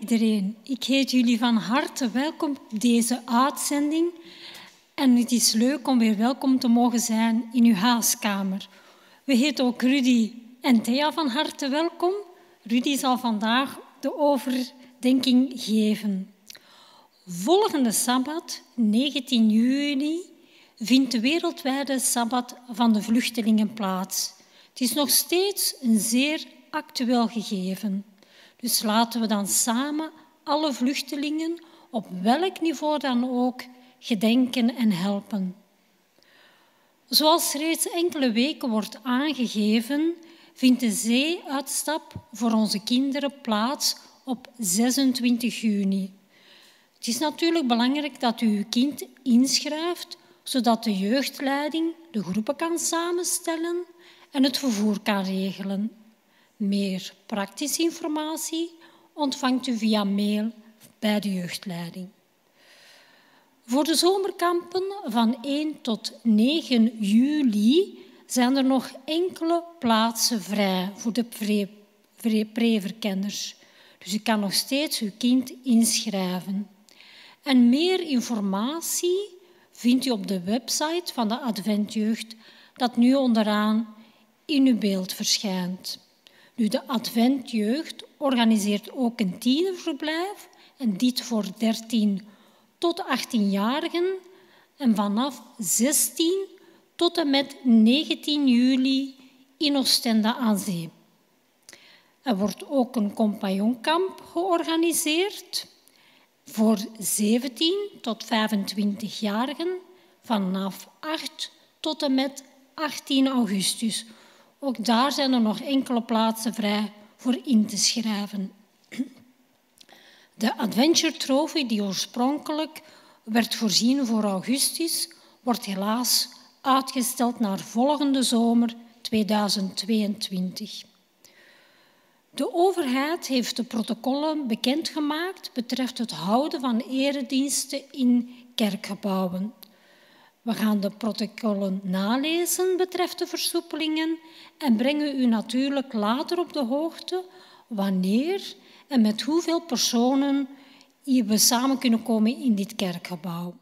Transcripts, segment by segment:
iedereen. Ik heet jullie van harte welkom op deze uitzending. En het is leuk om weer welkom te mogen zijn in uw huiskamer. We heten ook Rudy en Thea van harte welkom. Rudy zal vandaag de overdenking geven. Volgende sabbat, 19 juni, vindt de wereldwijde sabbat van de vluchtelingen plaats. Het is nog steeds een zeer actueel gegeven. Dus laten we dan samen alle vluchtelingen, op welk niveau dan ook, gedenken en helpen. Zoals reeds enkele weken wordt aangegeven, vindt de zee-uitstap voor onze kinderen plaats op 26 juni. Het is natuurlijk belangrijk dat u uw kind inschrijft, zodat de jeugdleiding de groepen kan samenstellen en het vervoer kan regelen. Meer praktische informatie ontvangt u via mail bij de jeugdleiding. Voor de zomerkampen van 1 tot 9 juli zijn er nog enkele plaatsen vrij voor de preverkenners. Dus u kan nog steeds uw kind inschrijven. En meer informatie vindt u op de website van de Adventjeugd, dat nu onderaan in uw beeld verschijnt. Nu, de Adventjeugd organiseert ook een tienerverblijf, en dit voor 13 tot 18-jarigen en vanaf 16 tot en met 19 juli in Oostende aan Zee. Er wordt ook een compagnonkamp georganiseerd voor 17 tot 25-jarigen vanaf 8 tot en met 18 augustus. Ook daar zijn er nog enkele plaatsen vrij voor in te schrijven. De Adventure Trophy, die oorspronkelijk werd voorzien voor augustus, wordt helaas uitgesteld naar volgende zomer 2022. De overheid heeft de protocollen bekendgemaakt betreft het houden van erediensten in kerkgebouwen. We gaan de protocollen nalezen betreft de versoepelingen en brengen u natuurlijk later op de hoogte wanneer en met hoeveel personen we samen kunnen komen in dit kerkgebouw.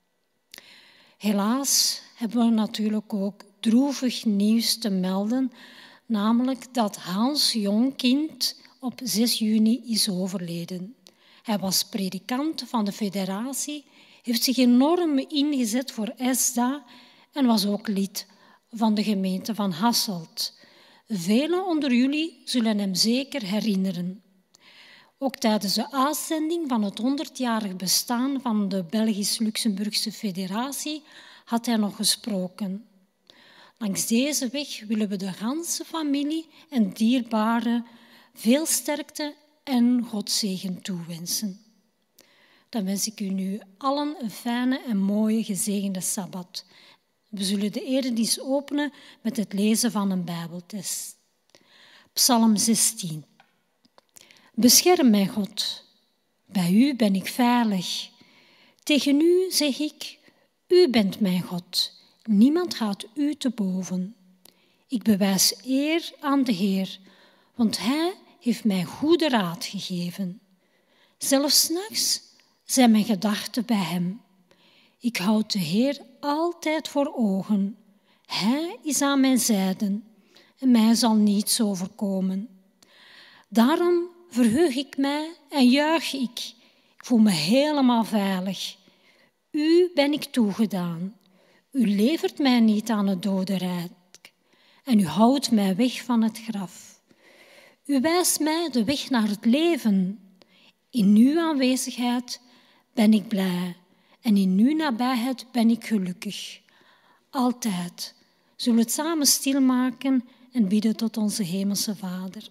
Helaas hebben we natuurlijk ook droevig nieuws te melden, namelijk dat Hans Jonkind op 6 juni is overleden. Hij was predikant van de federatie, heeft zich enorm ingezet voor ESDA en was ook lid van de gemeente van Hasselt. Velen onder jullie zullen hem zeker herinneren. Ook tijdens de uitzending van het 100-jarig bestaan van de Belgisch-Luxemburgse Federatie had hij nog gesproken. Langs deze weg willen we de ganse familie en dierbaren veel sterkte en Godzegen toewensen. Dan wens ik u nu allen een fijne en mooie gezegende Sabbat. We zullen de eredienst openen met het lezen van een Bijbeltekst. Psalm 16. Bescherm mij, God. Bij u ben ik veilig. Tegen u zeg ik, u bent mijn God. Niemand gaat u te boven. Ik bewijs eer aan de Heer, want Hij heeft mij goede raad gegeven. Zelfs 's nachts zijn mijn gedachten bij Hem. Ik houd de Heer altijd voor ogen. Hij is aan mijn zijde en mij zal niets overkomen. Daarom verheug ik mij en juich ik. Ik voel me helemaal veilig. U ben ik toegedaan. U levert mij niet aan het dodenrijk en u houdt mij weg van het graf. U wijst mij de weg naar het leven. In uw aanwezigheid ben ik blij en in uw nabijheid ben ik gelukkig. Altijd zullen we het samen stilmaken en bidden tot onze hemelse Vader.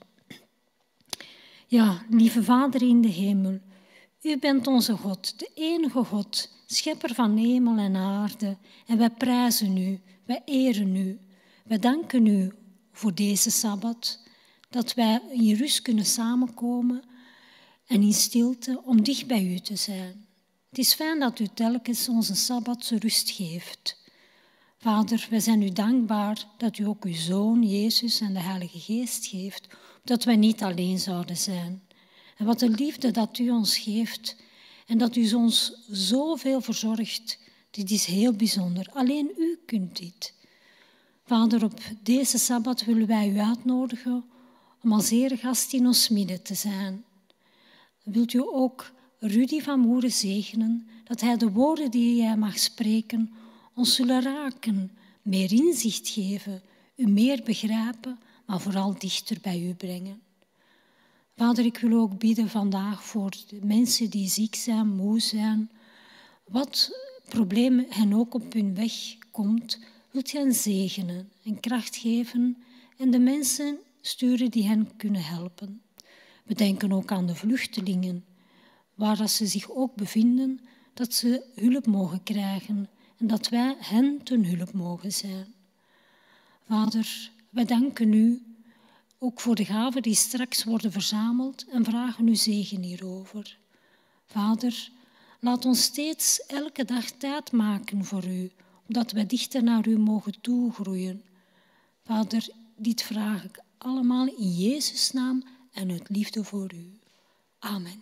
Ja, lieve Vader in de hemel, u bent onze God, de enige God, schepper van hemel en aarde. En wij prijzen u, wij eren u. Wij danken u voor deze Sabbat, dat wij in rust kunnen samenkomen en in stilte om dicht bij u te zijn. Het is fijn dat u telkens onze Sabbatse rust geeft. Vader, wij zijn u dankbaar dat u ook uw Zoon, Jezus en de Heilige Geest geeft, dat wij niet alleen zouden zijn. En wat de liefde dat u ons geeft en dat u ons zoveel verzorgt, dit is heel bijzonder. Alleen u kunt dit. Vader, op deze Sabbat willen wij u uitnodigen om als eregast in ons midden te zijn. Wilt u ook Rudy van Moeren zegenen, dat hij de woorden die hij mag spreken ons zullen raken, meer inzicht geven, u meer begrijpen, maar vooral dichter bij u brengen. Vader, ik wil ook bidden vandaag voor de mensen die ziek zijn, moe zijn. Wat probleem hen ook op hun weg komt, wilt u hen zegenen en kracht geven en de mensen sturen die hen kunnen helpen. We denken ook aan de vluchtelingen, waar ze zich ook bevinden, dat ze hulp mogen krijgen en dat wij hen ten hulp mogen zijn. Vader, wij danken u ook voor de gaven die straks worden verzameld en vragen uw zegen hierover. Vader, laat ons steeds elke dag tijd maken voor u, opdat wij dichter naar u mogen toegroeien. Vader, dit vraag ik allemaal in Jezus' naam en uit liefde voor u. Amen.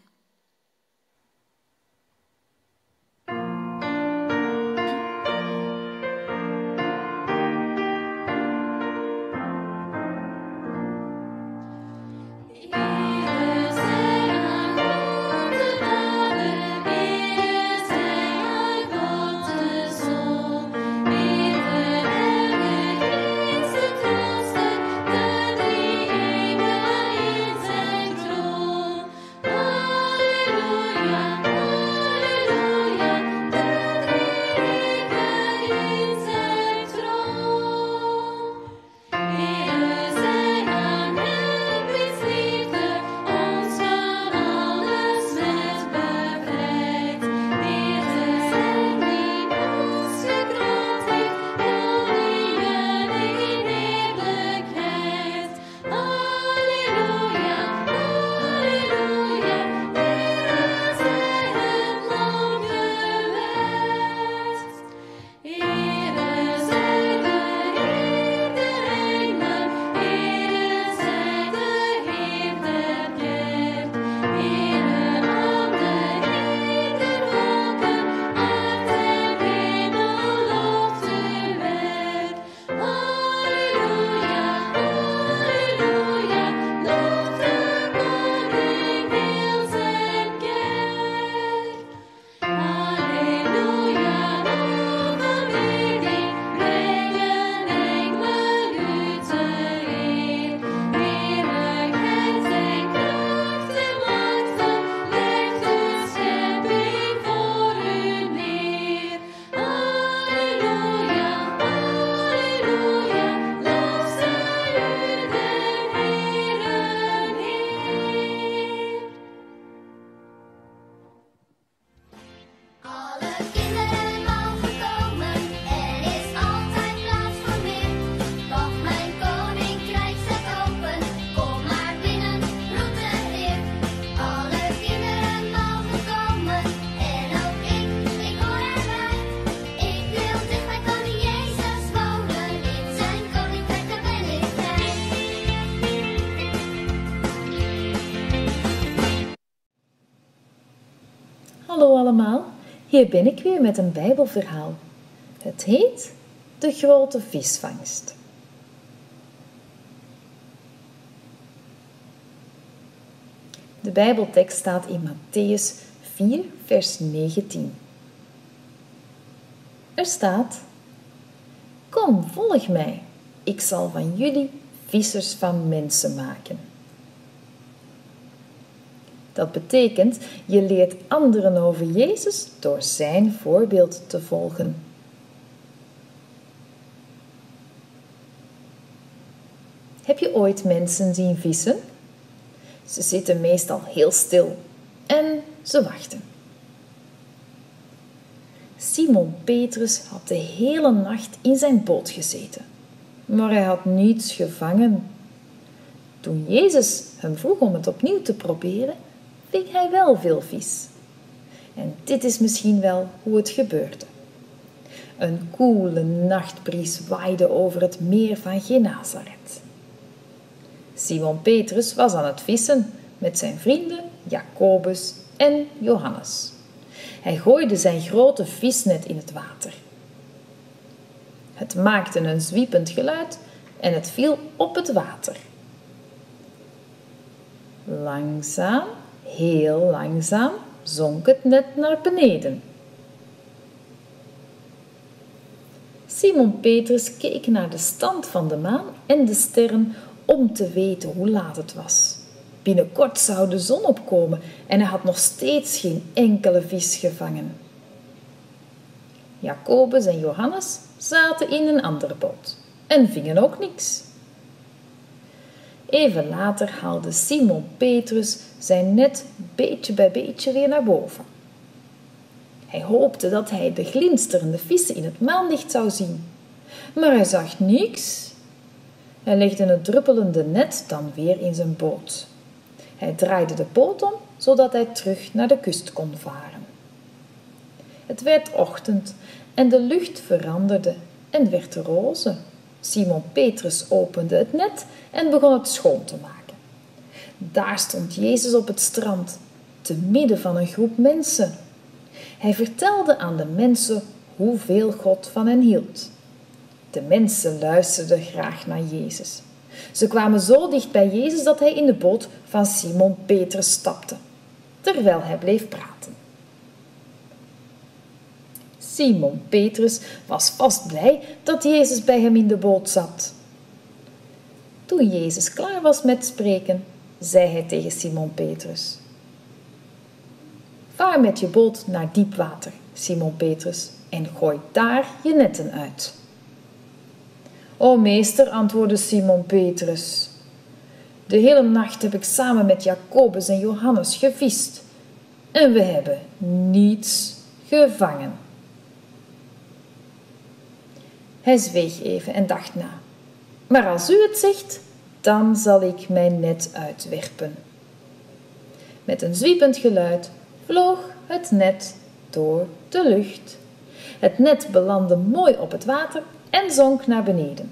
Hallo allemaal, hier ben ik weer met een Bijbelverhaal. Het heet De Grote Visvangst. De Bijbeltekst staat in Mattheüs 4, vers 19. Er staat: Kom, volg mij, ik zal van jullie vissers van mensen maken. Dat betekent, je leert anderen over Jezus door zijn voorbeeld te volgen. Heb je ooit mensen zien vissen? Ze zitten meestal heel stil en ze wachten. Simon Petrus had de hele nacht in zijn boot gezeten, maar hij had niets gevangen. Toen Jezus hem vroeg om het opnieuw te proberen, ving hij wel veel vis. En dit is misschien wel hoe het gebeurde. Een koele nachtbries waaide over het meer van Genazaret. Simon Petrus was aan het vissen met zijn vrienden Jacobus en Johannes. Hij gooide zijn grote visnet in het water. Het maakte een zwiepend geluid en het viel op het water. Langzaam, heel langzaam, zonk het net naar beneden. Simon Petrus keek naar de stand van de maan en de sterren om te weten hoe laat het was. Binnenkort zou de zon opkomen en hij had nog steeds geen enkele vis gevangen. Jacobus en Johannes zaten in een andere boot en vingen ook niks. Even later haalde Simon Petrus zijn net beetje bij beetje weer naar boven. Hij hoopte dat hij de glinsterende vissen in het maanlicht zou zien, maar hij zag niks. Hij legde het druppelende net dan weer in zijn boot. Hij draaide de boot om, zodat hij terug naar de kust kon varen. Het werd ochtend en de lucht veranderde en werd roze. Simon Petrus opende het net en begon het schoon te maken. Daar stond Jezus op het strand, te midden van een groep mensen. Hij vertelde aan de mensen hoeveel God van hen hield. De mensen luisterden graag naar Jezus. Ze kwamen zo dicht bij Jezus dat hij in de boot van Simon Petrus stapte, terwijl hij bleef praten. Simon Petrus was vast blij dat Jezus bij hem in de boot zat. Toen Jezus klaar was met spreken, zei hij tegen Simon Petrus: "Vaar met je boot naar diep water, Simon Petrus, en gooi daar je netten uit." "O meester," antwoordde Simon Petrus, "de hele nacht heb ik samen met Jacobus en Johannes gevist en we hebben niets gevangen." Hij zweeg even en dacht na. "Maar als u het zegt, dan zal ik mijn net uitwerpen." Met een zwiepend geluid vloog het net door de lucht. Het net belandde mooi op het water en zonk naar beneden.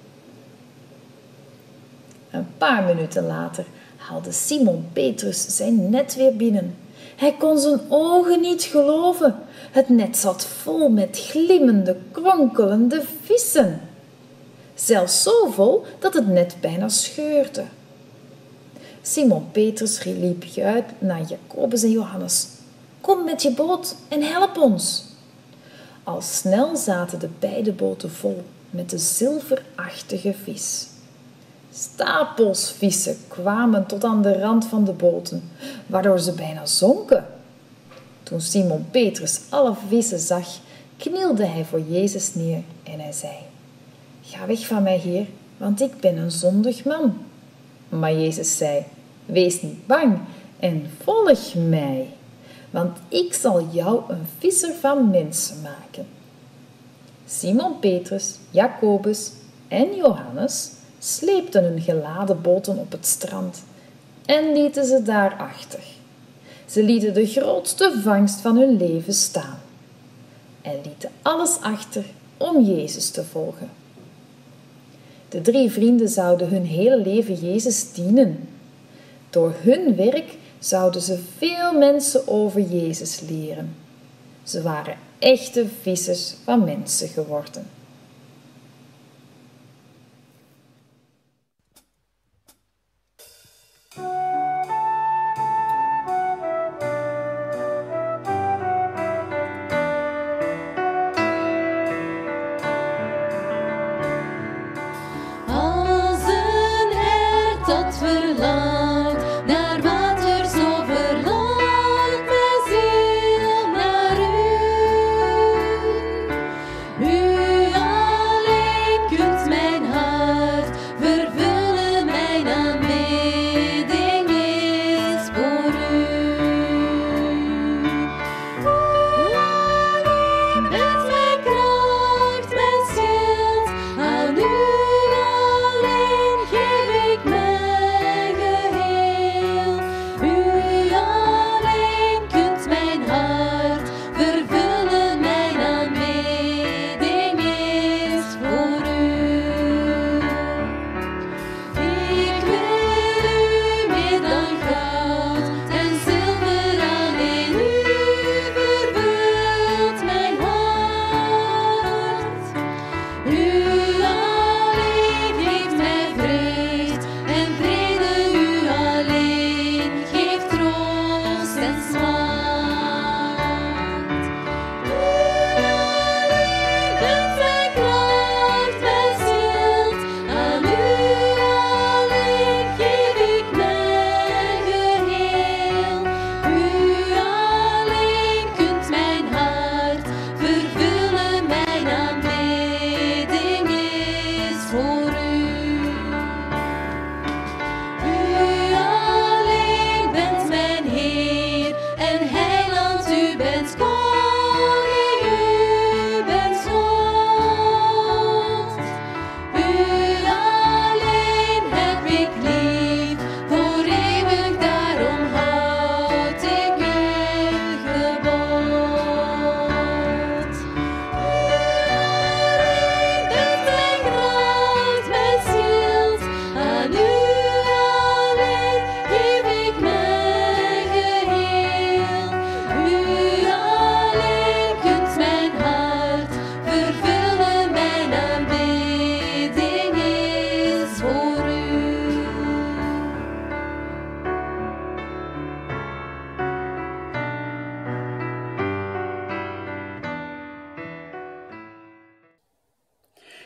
Een paar minuten later haalde Simon Petrus zijn net weer binnen. Hij kon zijn ogen niet geloven. Het net zat vol met glimmende, kronkelende vissen. Zelfs zo vol dat het net bijna scheurde. Simon Petrus riep uit naar Jacobus en Johannes: "Kom met je boot en help ons." Al snel zaten de beide boten vol met de zilverachtige vis. Stapels vissen kwamen tot aan de rand van de boten, waardoor ze bijna zonken. Toen Simon Petrus alle vissen zag, knielde hij voor Jezus neer en hij zei: "Ga weg van mij, Heer, want ik ben een zondig man." Maar Jezus zei: "Wees niet bang en volg mij, want ik zal jou een visser van mensen maken." Simon Petrus, Jacobus en Johannes sleepten hun geladen boten op het strand en lieten ze daar achter. Ze lieten de grootste vangst van hun leven staan en lieten alles achter om Jezus te volgen. De 3 vrienden zouden hun hele leven Jezus dienen. Door hun werk zouden ze veel mensen over Jezus leren. Ze waren echte vissers van mensen geworden. Als een hert dat verlangt naar water, zo verlangt mijn ziel naar u. U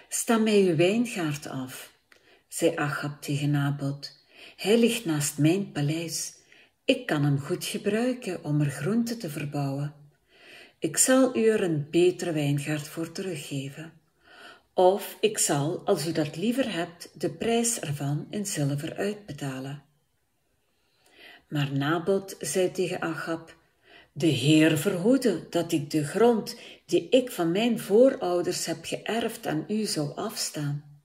sta mij uw wijngaard af, zei Achab tegen Nabot. Hij ligt naast mijn paleis. Ik kan hem goed gebruiken om er groenten te verbouwen. Ik zal u er een betere wijngaard voor teruggeven. Of ik zal, als u dat liever hebt, de prijs ervan in zilver uitbetalen. Maar Nabot zei tegen Achab: de Heer verhoede dat ik de grond die ik van mijn voorouders heb geërfd aan u zou afstaan.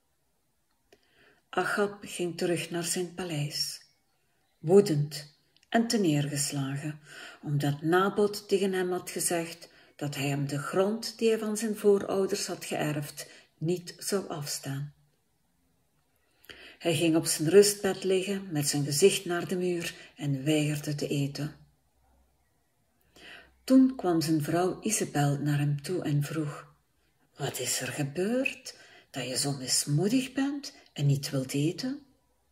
Achab ging terug naar zijn paleis, woedend en teneergeslagen, omdat Nabot tegen hem had gezegd dat hij hem de grond die hij van zijn voorouders had geërfd niet zou afstaan. Hij ging op zijn rustbed liggen met zijn gezicht naar de muur en weigerde te eten. Toen kwam zijn vrouw Isabel naar hem toe en vroeg: wat is er gebeurd, dat je zo mismoedig bent en niet wilt eten?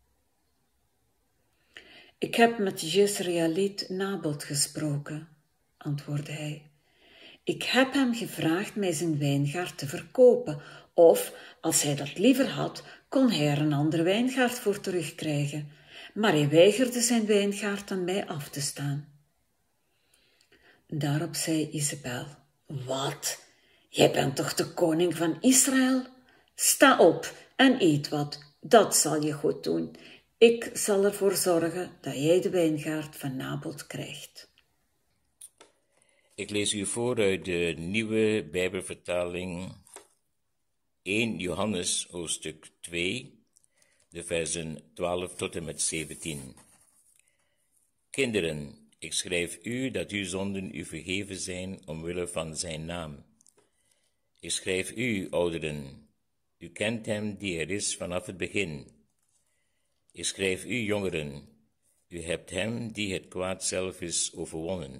Ik heb met de Jezreëliet Nabot gesproken, antwoordde hij. Ik heb hem gevraagd mij zijn wijngaard te verkopen, of, als hij dat liever had, kon hij er een andere wijngaard voor terugkrijgen, maar hij weigerde zijn wijngaard aan mij af te staan. Daarop zei Isabel: wat? Jij bent toch de koning van Israël? Sta op en eet wat, dat zal je goed doen. Ik zal ervoor zorgen dat jij de wijngaard van Nabot krijgt. Ik lees u voor uit de nieuwe Bijbelvertaling 1 Johannes hoofdstuk 2, de versen 12 tot en met 17. Kinderen, ik schrijf u dat uw zonden u vergeven zijn omwille van zijn naam. Ik schrijf u, ouderen, u kent hem die er is vanaf het begin. Ik schrijf u, jongeren, u hebt hem die het kwaad zelf is overwonnen.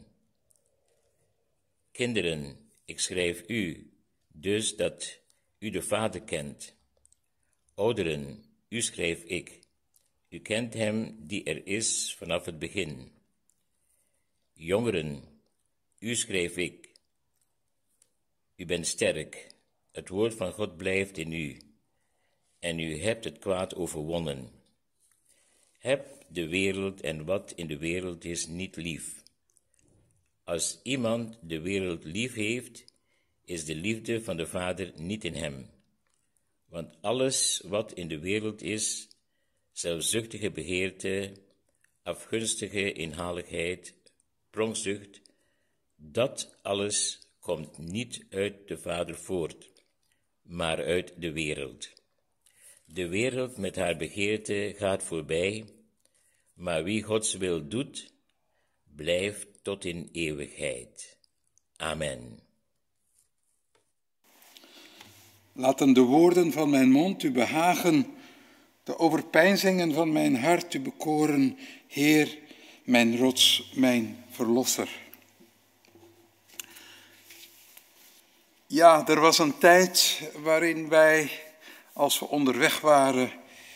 Kinderen, ik schrijf u, dus dat u de Vader kent. Ouderen, u schrijf ik, u kent hem die er is vanaf het begin. Jongeren, u schrijf ik, u bent sterk, het woord van God blijft in u, en u hebt het kwaad overwonnen. Heb de wereld en wat in de wereld is niet lief. Als iemand de wereld lief heeft, is de liefde van de Vader niet in hem. Want alles wat in de wereld is, zelfzuchtige begeerte, afgunstige inhaligheid, pronkzucht, dat alles komt niet uit de Vader voort, maar uit de wereld. De wereld met haar begeerte gaat voorbij, maar wie Gods wil doet, blijft tot in eeuwigheid. Amen. Laten de woorden van mijn mond u behagen, de overpeinzingen van mijn hart u bekoren, Heer, mijn rots, mijn verlosser. Ja, er was een tijd waarin wij, als we onderweg waren,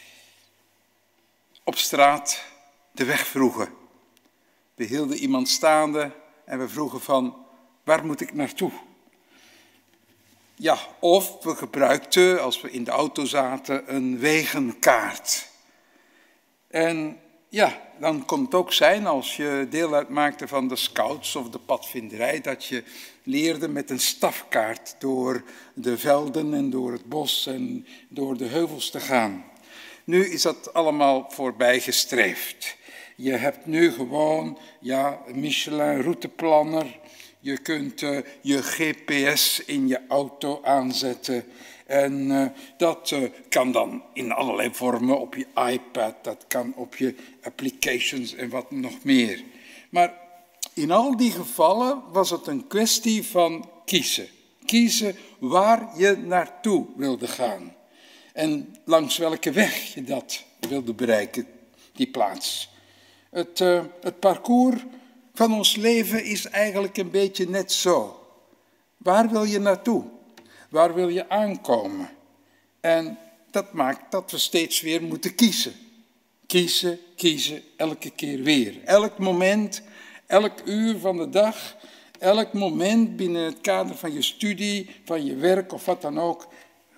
op straat de weg vroegen. We hielden iemand staande en we vroegen van, waar moet ik naartoe? Ja, of we gebruikten, als we in de auto zaten, een wegenkaart. En ja, dan kon het ook zijn, als je deel uitmaakte van de scouts of de padvinderij, dat je leerde met een stafkaart door de velden en door het bos en door de heuvels te gaan. Nu is dat allemaal voorbijgestreefd. Je hebt nu gewoon een Michelin-routeplanner. Je kunt je GPS in je auto aanzetten. En dat kan dan in allerlei vormen op je iPad. Dat kan op je applications en wat nog meer. Maar in al die gevallen was het een kwestie van kiezen. Kiezen waar je naartoe wilde gaan. En langs welke weg je dat wilde bereiken, die plaats. Het parcours van ons leven is eigenlijk een beetje net zo. Waar wil je naartoe? Waar wil je aankomen? En dat maakt dat we steeds weer moeten kiezen. Kiezen, kiezen, elke keer weer. Elk moment, elk uur van de dag, elk moment binnen het kader van je studie, van je werk of wat dan ook.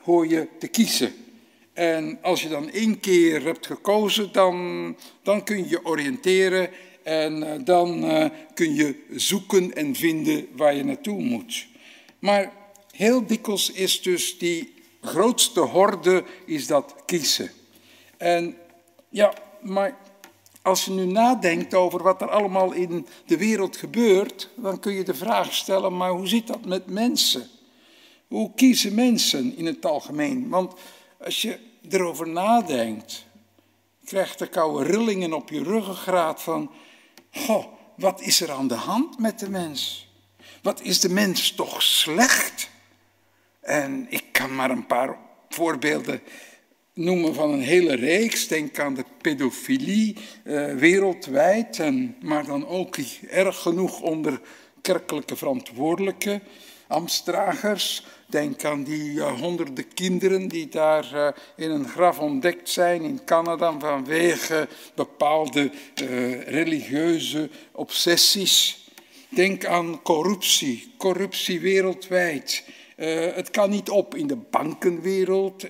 hoor je te kiezen. En als je dan 1 keer hebt gekozen, dan kun je je oriënteren en dan kun je zoeken en vinden waar je naartoe moet. Maar heel dikwijls is dus die grootste horde is dat kiezen. En ja, maar als je nu nadenkt over wat er allemaal in de wereld gebeurt, dan kun je de vraag stellen, maar hoe zit dat met mensen? Hoe kiezen mensen in het algemeen? Want als je erover nadenkt, krijg je koude rillingen op je ruggengraat van, goh, wat is er aan de hand met de mens? Wat is de mens toch slecht? En ik kan maar een paar voorbeelden noemen van een hele reeks. Denk aan de pedofilie wereldwijd, maar dan ook erg genoeg onder kerkelijke verantwoordelijke ambtsdragers. Denk aan die honderden kinderen die daar in een graf ontdekt zijn in Canada vanwege bepaalde religieuze obsessies. Denk aan corruptie wereldwijd. Het kan niet op in de bankenwereld,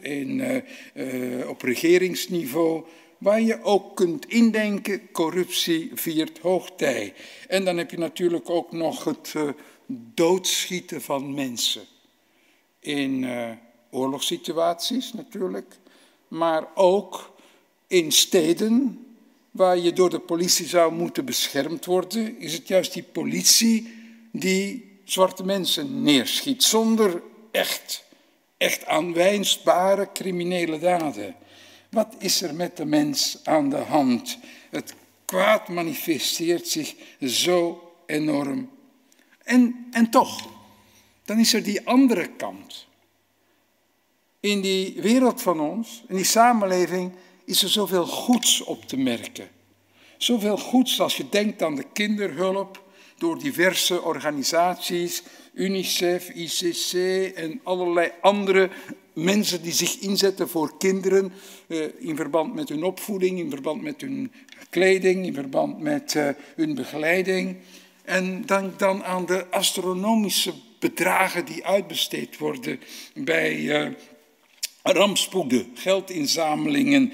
op regeringsniveau, waar je ook kunt indenken, corruptie viert hoogtij. En dan heb je natuurlijk ook nog het doodschieten van mensen. In oorlogssituaties natuurlijk, maar ook in steden waar je door de politie zou moeten beschermd worden, is het juist die politie die zwarte mensen neerschiet, zonder echt aanwijsbare criminele daden. Wat is er met de mens aan de hand? Het kwaad manifesteert zich zo enorm. En toch, dan is er die andere kant. In die wereld van ons, in die samenleving, is er zoveel goeds op te merken. Zoveel goeds als je denkt aan de kinderhulp, door diverse organisaties, UNICEF, ICC en allerlei andere mensen die zich inzetten voor kinderen in verband met hun opvoeding, in verband met hun kleding, in verband met hun begeleiding. En denk dan aan de astronomische bedragen die uitbesteed worden bij rampspoeden, geldinzamelingen,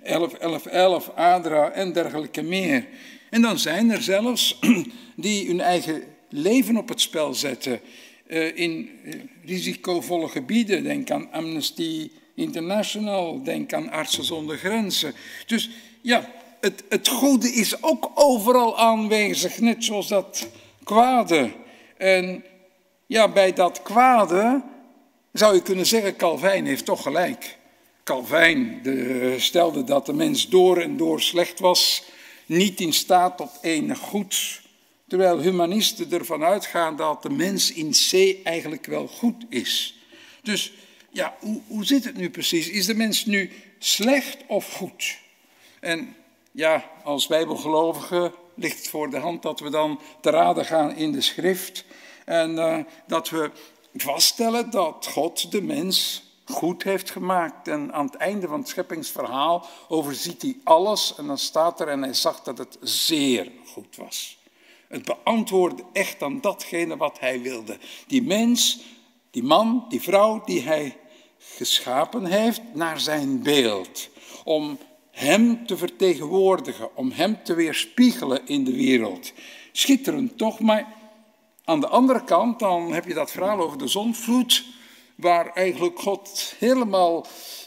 1111, ADRA en dergelijke meer. En dan zijn er zelfs die hun eigen leven op het spel zetten in risicovolle gebieden. Denk aan Amnesty International, denk aan Artsen zonder Grenzen. Dus ja, het goede is ook overal aanwezig, net zoals dat kwade. En ja, bij dat kwade zou je kunnen zeggen, Calvijn heeft toch gelijk. Calvijn stelde dat de mens door en door slecht was, niet in staat tot enig goeds, terwijl humanisten ervan uitgaan dat de mens in C eigenlijk wel goed is. Dus ja, hoe zit het nu precies? Is de mens nu slecht of goed? En ja, als bijbelgelovigen ligt het voor de hand dat we dan te raden gaan in de schrift en dat we vaststellen dat God de mens goed heeft gemaakt. En aan het einde van het scheppingsverhaal overziet hij alles en dan staat er en hij zag dat het zeer goed was. Het beantwoordde echt aan datgene wat hij wilde. Die mens, die man, die vrouw die hij geschapen heeft naar zijn beeld. Om hem te vertegenwoordigen, om hem te weerspiegelen in de wereld. Schitterend toch, maar aan de andere kant dan heb je dat verhaal over de zondvloed, waar eigenlijk God helemaal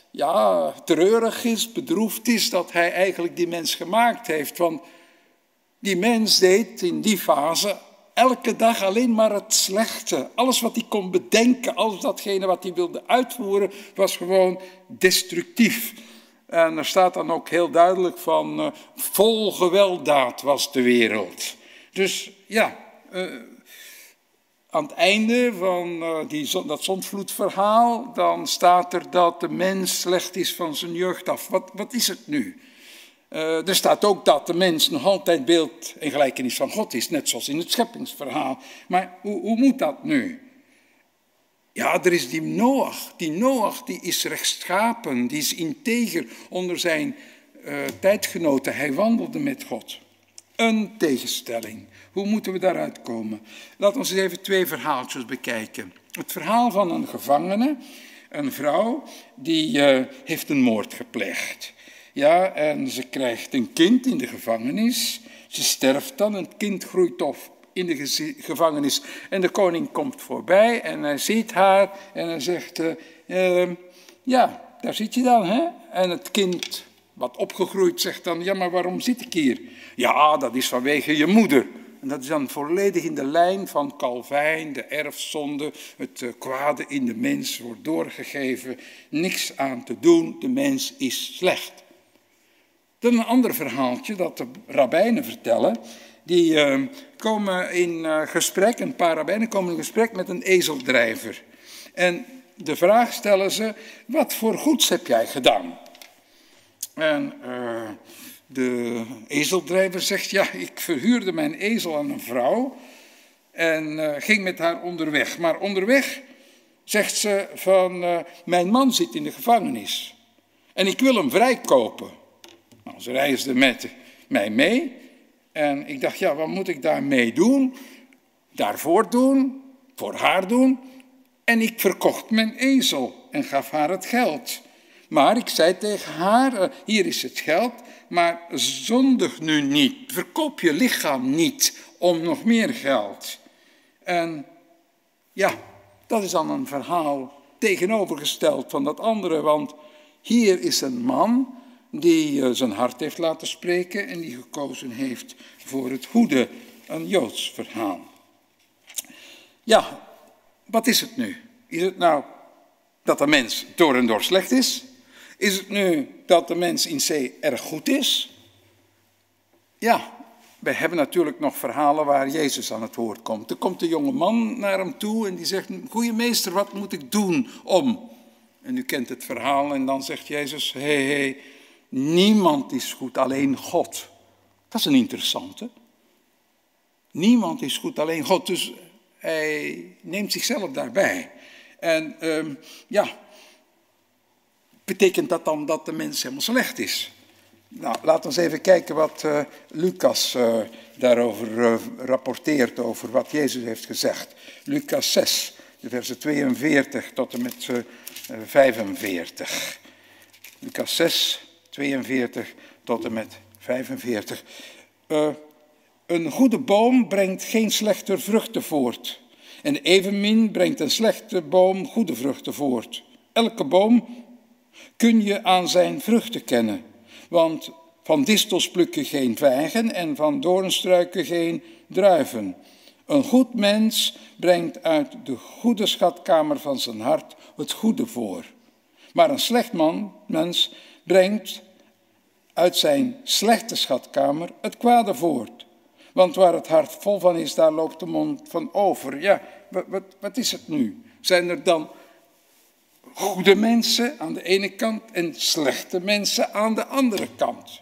treurig is, bedroefd is dat hij eigenlijk die mens gemaakt heeft. Want die mens deed in die fase elke dag alleen maar het slechte. Alles wat hij kon bedenken, alles datgene wat hij wilde uitvoeren, was gewoon destructief. En er staat dan ook heel duidelijk van, vol gewelddaad was de wereld. Dus ja, aan het einde van dat zondvloedverhaal, dan staat er dat de mens slecht is van zijn jeugd af. Wat is het nu? Er staat ook dat de mens nog altijd beeld en gelijkenis van God is, net zoals in het scheppingsverhaal. Maar hoe moet dat nu? Ja, er is die Noach. Die Noach die is rechtschapen, die is integer onder zijn tijdgenoten. Hij wandelde met God. Een tegenstelling. Hoe moeten we daaruit komen? Laten we eens even 2 verhaaltjes bekijken. Het verhaal van een gevangene een vrouw die heeft een moord gepleegd. Ja, en ze krijgt een kind in de gevangenis. Ze sterft dan, het kind groeit op in de gevangenis. En de koning komt voorbij en hij ziet haar en hij zegt, ja, daar zit je dan, hè? En het kind, wat opgegroeid, zegt dan, ja, maar waarom zit ik hier? Ja, dat is vanwege je moeder. En dat is dan volledig in de lijn van Calvijn, de erfzonde, het kwade in de mens wordt doorgegeven. Niks aan te doen, de mens is slecht. Dan een ander verhaaltje dat de rabbijnen vertellen. Die komen in gesprek, een paar rabbijnen komen in gesprek met een ezeldrijver. En de vraag stellen ze, wat voor goeds heb jij gedaan? En de ezeldrijver zegt, ja, ik verhuurde mijn ezel aan een vrouw en ging met haar onderweg. Maar onderweg zegt ze van, mijn man zit in de gevangenis en ik wil hem vrijkopen. Nou, ze reisde met mij mee en ik dacht, ja, wat moet ik daarmee doen? Daarvoor doen, voor haar doen. En ik verkocht mijn ezel en gaf haar het geld. Maar ik zei tegen haar, hier is het geld, maar zondig nu niet. Verkoop je lichaam niet om nog meer geld. En ja, dat is dan een verhaal tegenovergesteld van dat andere. Want hier is een man die zijn hart heeft laten spreken en die gekozen heeft voor het goede, een Joods verhaal. Ja, wat is het nu? Is het nou dat de mens door en door slecht is? Is het nu dat de mens in C erg goed is? Ja, wij hebben natuurlijk nog verhalen waar Jezus aan het woord komt. Er komt een jonge man naar hem toe en die zegt, goeie meester, wat moet ik doen om? En u kent het verhaal en dan zegt Jezus, hey, niemand is goed, alleen God. Dat is een interessante. Niemand is goed, alleen God. Dus hij neemt zichzelf daarbij. En ja, betekent dat dan dat de mens helemaal slecht is? Nou, laten we eens even kijken wat Lucas daarover rapporteert, over wat Jezus heeft gezegd. Lucas 6, de versen 42 tot en met 45. Lucas 6, 42 tot en met 45. Een goede boom brengt geen slechte vruchten voort. En evenmin brengt een slechte boom goede vruchten voort. Elke boom kun je aan zijn vruchten kennen. Want van distels pluk je geen vijgen en van doornstruiken geen druiven. Een goed mens brengt uit de goede schatkamer van zijn hart het goede voor. Maar een slecht mens brengt uit zijn slechte schatkamer het kwade voort. Want waar het hart vol van is, daar loopt de mond van over. Ja, wat is het nu? Zijn er dan goede mensen aan de ene kant en slechte mensen aan de andere kant?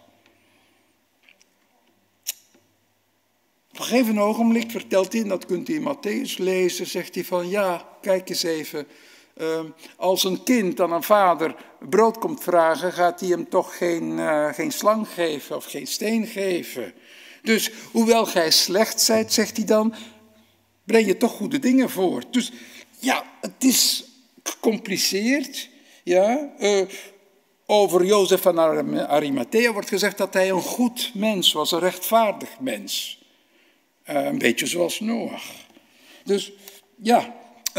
Op een gegeven ogenblik vertelt hij, en dat kunt u in Mattheüs lezen, zegt hij van ja, kijk eens even. Als een kind aan een vader brood komt vragen, gaat hij hem toch geen slang geven of geen steen geven. Dus hoewel gij slecht zijt, zegt hij dan, breng je toch goede dingen voort. Dus ja, het is gecompliceerd. Ja. Over Jozef van Arimathea wordt gezegd dat hij een goed mens was, een rechtvaardig mens. Een beetje zoals Noach. Dus ja,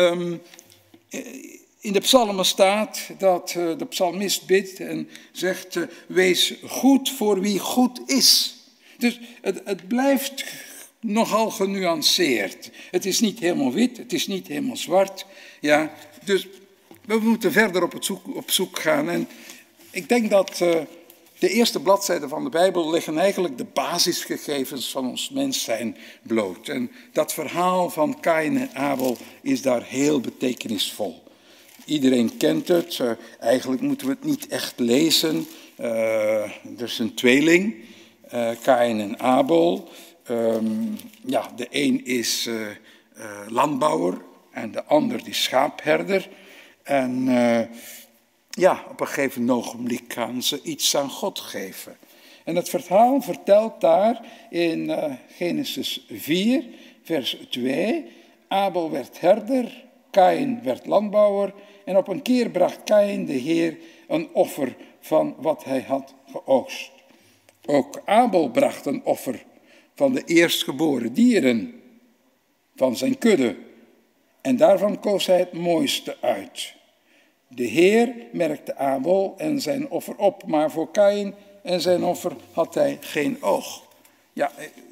in de psalmen staat dat de psalmist bidt en zegt, wees goed voor wie goed is. Dus het blijft nogal genuanceerd. Het is niet helemaal wit, het is niet helemaal zwart. Ja, dus we moeten verder op zoek gaan. En ik denk dat de eerste bladzijden van de Bijbel leggen eigenlijk de basisgegevens van ons mens zijn bloot. En dat verhaal van Kaïn en Abel is daar heel betekenisvol. Iedereen kent het, eigenlijk moeten we het niet echt lezen. Er is een tweeling, Kaïn en Abel. Ja, de een is landbouwer en de ander die schaapherder. En ja, op een gegeven ogenblik gaan ze iets aan God geven. En het verhaal vertelt daar in Genesis 4, vers 2. Abel werd herder, Kaïn werd landbouwer en op een keer bracht Kaïn de Heer een offer van wat hij had geoogst. Ook Abel bracht een offer van de eerstgeboren dieren van zijn kudde. En daarvan koos hij het mooiste uit. De Heer merkte Abel en zijn offer op, maar voor Kaïn en zijn offer had hij geen oog. Ja,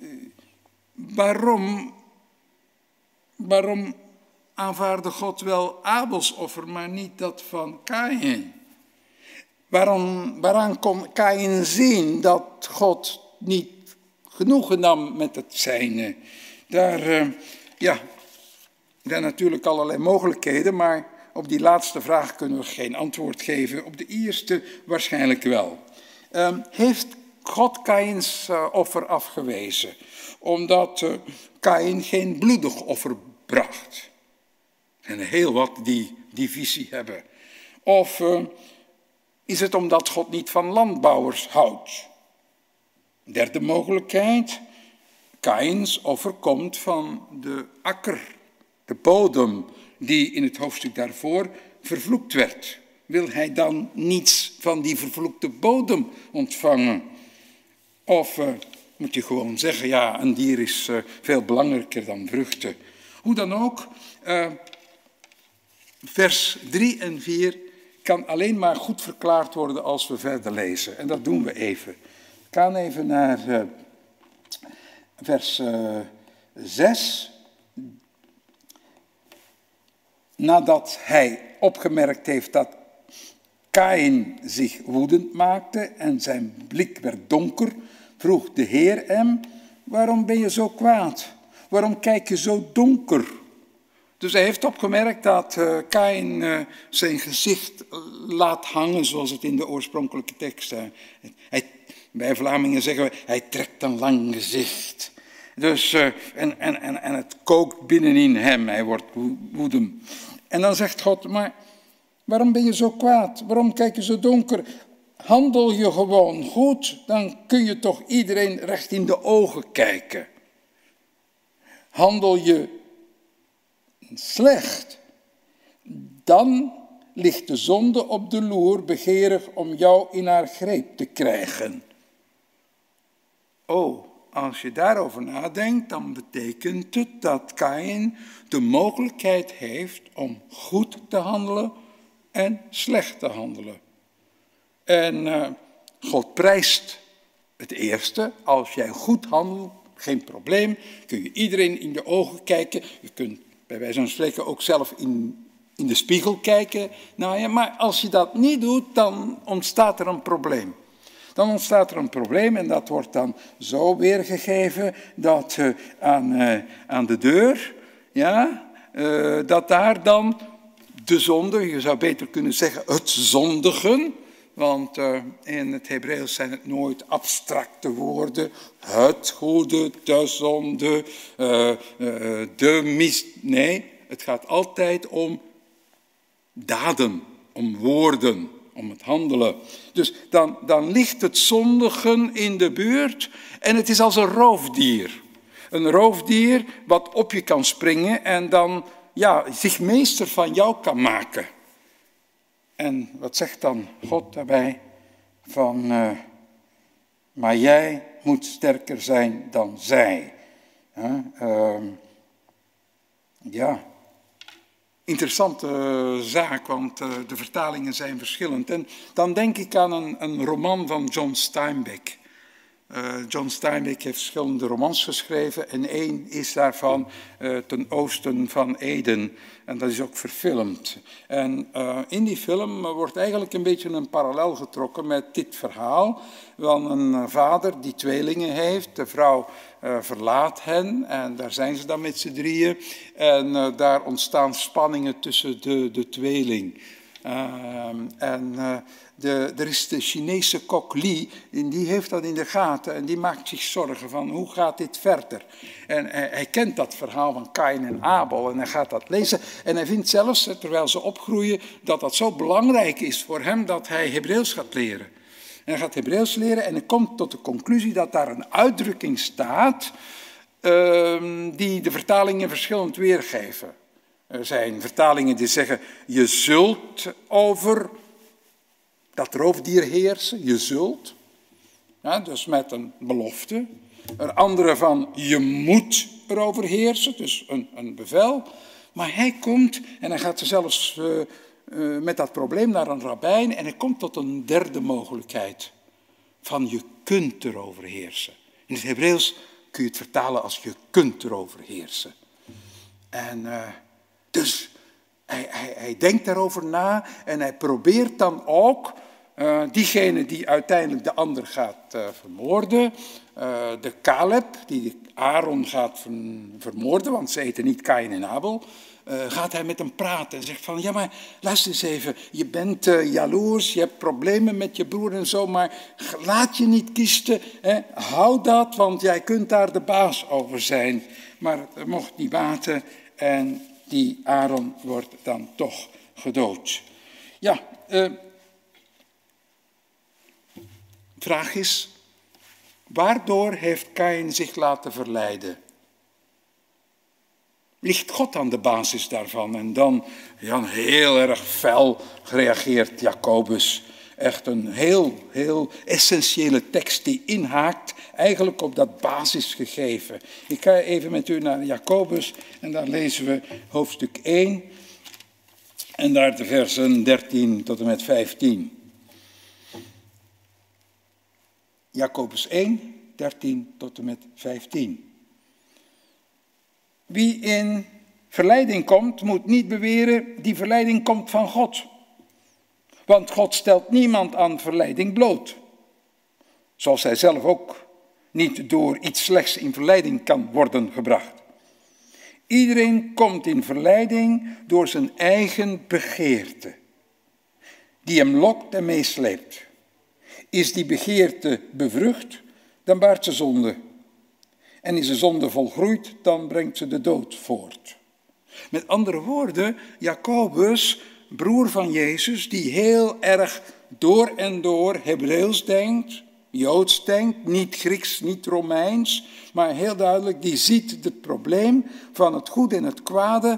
waarom aanvaarde God wel Abels offer, maar niet dat van Kaïn? Waaraan kon Kaïn zien dat God niet genoegen nam met het zijne? Daar natuurlijk allerlei mogelijkheden, maar op die laatste vraag kunnen we geen antwoord geven. Op de eerste waarschijnlijk wel. Heeft God Kaïns offer afgewezen, omdat Kaïn geen bloedig offer bracht? En heel wat die visie hebben. Of is het omdat God niet van landbouwers houdt? Derde mogelijkheid, Kaïns offer komt van de akker, de bodem, die in het hoofdstuk daarvoor vervloekt werd. Wil hij dan niets van die vervloekte bodem ontvangen? Of moet je gewoon zeggen, ja, een dier is veel belangrijker dan vruchten. Hoe dan ook, vers 3 en 4 kan alleen maar goed verklaard worden als we verder lezen. En dat doen we even. We gaan even naar vers 6. Nadat hij opgemerkt heeft dat Kaïn zich woedend maakte en zijn blik werd donker, vroeg de Heer hem: waarom ben je zo kwaad? Waarom kijk je zo donker? Dus hij heeft opgemerkt dat Kaïn zijn gezicht laat hangen, zoals het in de oorspronkelijke tekst. Bij Vlamingen zeggen we, hij trekt een lang gezicht. Dus, en het kookt binnenin hem, hij wordt woedend. En dan zegt God, maar waarom ben je zo kwaad? Waarom kijk je zo donker? Handel je gewoon goed, dan kun je toch iedereen recht in de ogen kijken. Handel je slecht, dan ligt de zonde op de loer, begeerig om jou in haar greep te krijgen. Oh, als je daarover nadenkt, dan betekent het dat Kaïn de mogelijkheid heeft om goed te handelen en slecht te handelen. En God prijst het eerste, als jij goed handelt, geen probleem, kun je iedereen in de ogen kijken. Je kunt bij wijze van spreken ook zelf in de spiegel kijken naar je. Maar als je dat niet doet, dan ontstaat er een probleem. Dan ontstaat er een probleem en dat wordt dan zo weergegeven dat aan de deur, ja, dat daar dan de zonde, je zou beter kunnen zeggen het zondigen, want in het Hebreeuws zijn het nooit abstracte woorden, het goede, de zonde, de mis. Nee, het gaat altijd om daden, om woorden, om het handelen. Dus dan ligt het zondigen in de buurt en het is als een roofdier. Een roofdier wat op je kan springen en dan zich meester van jou kan maken. En wat zegt dan God daarbij? Maar jij moet sterker zijn dan zij. Interessante zaak, want de vertalingen zijn verschillend. En dan denk ik aan een roman van John Steinbeck. John Steinbeck heeft verschillende romans geschreven en één is daarvan Ten oosten van Eden. En dat is ook verfilmd. En in die film wordt eigenlijk een beetje een parallel getrokken met dit verhaal van een vader die tweelingen heeft. De vrouw verlaat hen en daar zijn ze dan met z'n drieën. En daar ontstaan spanningen tussen de tweeling. Er is de Chinese kok Li, en die heeft dat in de gaten en die maakt zich zorgen van hoe gaat dit verder. En hij kent dat verhaal van Kaïn en Abel en hij gaat dat lezen. En hij vindt zelfs, terwijl ze opgroeien, dat dat zo belangrijk is voor hem dat hij Hebreeuws gaat leren. En hij gaat Hebreeuws leren en hij komt tot de conclusie dat daar een uitdrukking staat die de vertalingen verschillend weergeven. Er zijn vertalingen die zeggen, je zult over dat roofdier heersen, je zult. Ja, dus met een belofte. Er andere van, je moet erover heersen, dus een bevel. Maar hij komt en hij gaat zelfs met dat probleem naar een rabbijn en hij komt tot een derde mogelijkheid. Van je kunt erover heersen. In het Hebreeuws kun je het vertalen als je kunt erover heersen. En dus hij denkt daarover na en hij probeert dan ook diegene die uiteindelijk de ander gaat vermoorden, de Caleb, die Aaron gaat vermoorden, want ze eten niet Kaïn en Abel, gaat hij met hem praten en zegt van, ja maar luister eens even, je bent jaloers, je hebt problemen met je broer en zo, maar laat je niet kiezen, hè? Hou dat, want jij kunt daar de baas over zijn. Maar het mocht niet baten en die Aaron wordt dan toch gedood. Ja, vraag is, waardoor heeft Kaïn zich laten verleiden? Ligt God aan de basis daarvan? En dan heel erg fel gereageerd Jacobus. Echt een heel essentiële tekst die inhaakt eigenlijk op dat basisgegeven. Ik ga even met u naar Jacobus en daar lezen we hoofdstuk 1 en daar de versen 13 tot en met 15. Jacobus 1, 13 tot en met 15. Wie in verleiding komt, moet niet beweren, die verleiding komt van God. Want God stelt niemand aan verleiding bloot. Zoals hij zelf ook niet door iets slechts in verleiding kan worden gebracht. Iedereen komt in verleiding door zijn eigen begeerte, die hem lokt en meesleept. Is die begeerte bevrucht, dan baart ze zonde. En is de zonde volgroeid, dan brengt ze de dood voort. Met andere woorden, Jacobus, broer van Jezus, die heel erg door en door Hebreeuws denkt, Joods denkt, niet Grieks, niet Romeins, maar heel duidelijk, die ziet het probleem van het goede en het kwade.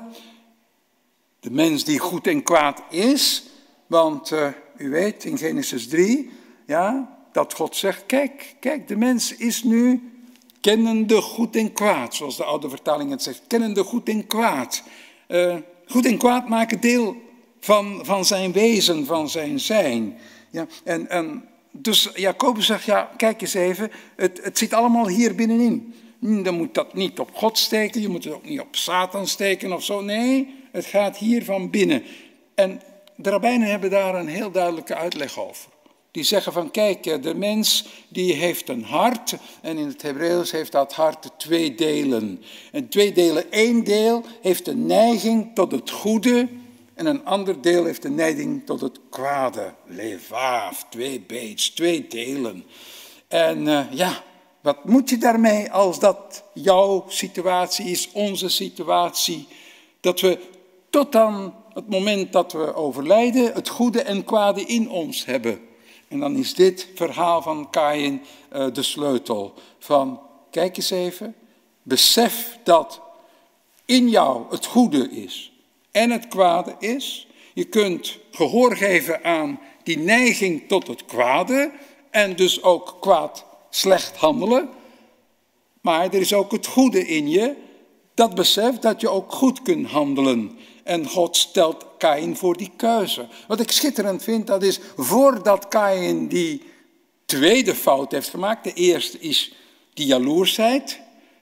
De mens die goed en kwaad is, want u weet in Genesis 3, ja, dat God zegt, kijk, de mens is nu kennende goed en kwaad, zoals de oude vertaling het zegt, kennende goed en kwaad. Goed en kwaad maken deel van zijn wezen, van zijn zijn. Ja, en dus Jacobus zegt, ja, kijk eens even, het zit allemaal hier binnenin. Dan moet dat niet op God steken, je moet het ook niet op Satan steken of zo. Nee, het gaat hier van binnen. En de rabbijnen hebben daar een heel duidelijke uitleg over. Die zeggen van, kijk, de mens die heeft een hart en in het Hebreeuws heeft dat hart 2 delen. En 2 delen, 1 deel heeft een neiging tot het goede en een ander deel heeft een neiging tot het kwade. Levaaf, 2 beets, 2 delen. En ja, wat moet je daarmee als dat jouw situatie is, onze situatie, dat we tot aan het moment dat we overlijden het goede en kwade in ons hebben. En dan is dit verhaal van Kaïn de sleutel van, kijk eens even, besef dat in jou het goede is en het kwade is. Je kunt gehoor geven aan die neiging tot het kwade en dus ook kwaad slecht handelen. Maar er is ook het goede in je, dat beseft dat je ook goed kunt handelen. En God stelt Kaïn voor die keuze. Wat ik schitterend vind, dat is voordat Kaïn die tweede fout heeft gemaakt. De eerste is die jaloersheid,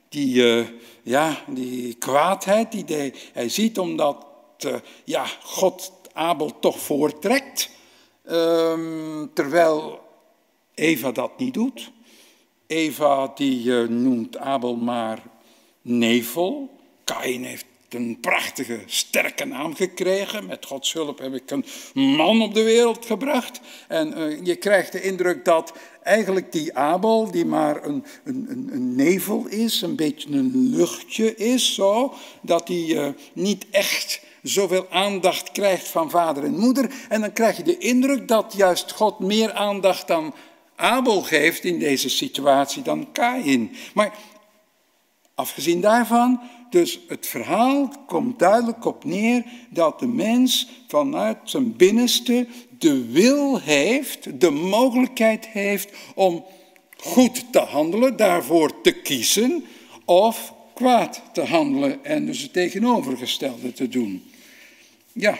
die kwaadheid die hij ziet omdat God Abel toch voortrekt. Terwijl Eva dat niet doet. Eva die noemt Abel maar nevel. Kaïn heeft een prachtige, sterke naam gekregen. Met Gods hulp heb ik een man op de wereld gebracht. En je krijgt de indruk dat eigenlijk die Abel, die maar een nevel is, een beetje een luchtje is, zo, dat hij niet echt zoveel aandacht krijgt van vader en moeder. En dan krijg je de indruk dat juist God meer aandacht aan Abel geeft in deze situatie dan Kaïn. Maar Afgezien daarvan, dus het verhaal komt duidelijk op neer dat de mens vanuit zijn binnenste de wil heeft, de mogelijkheid heeft om goed te handelen, daarvoor te kiezen, of kwaad te handelen en dus het tegenovergestelde te doen. Ja,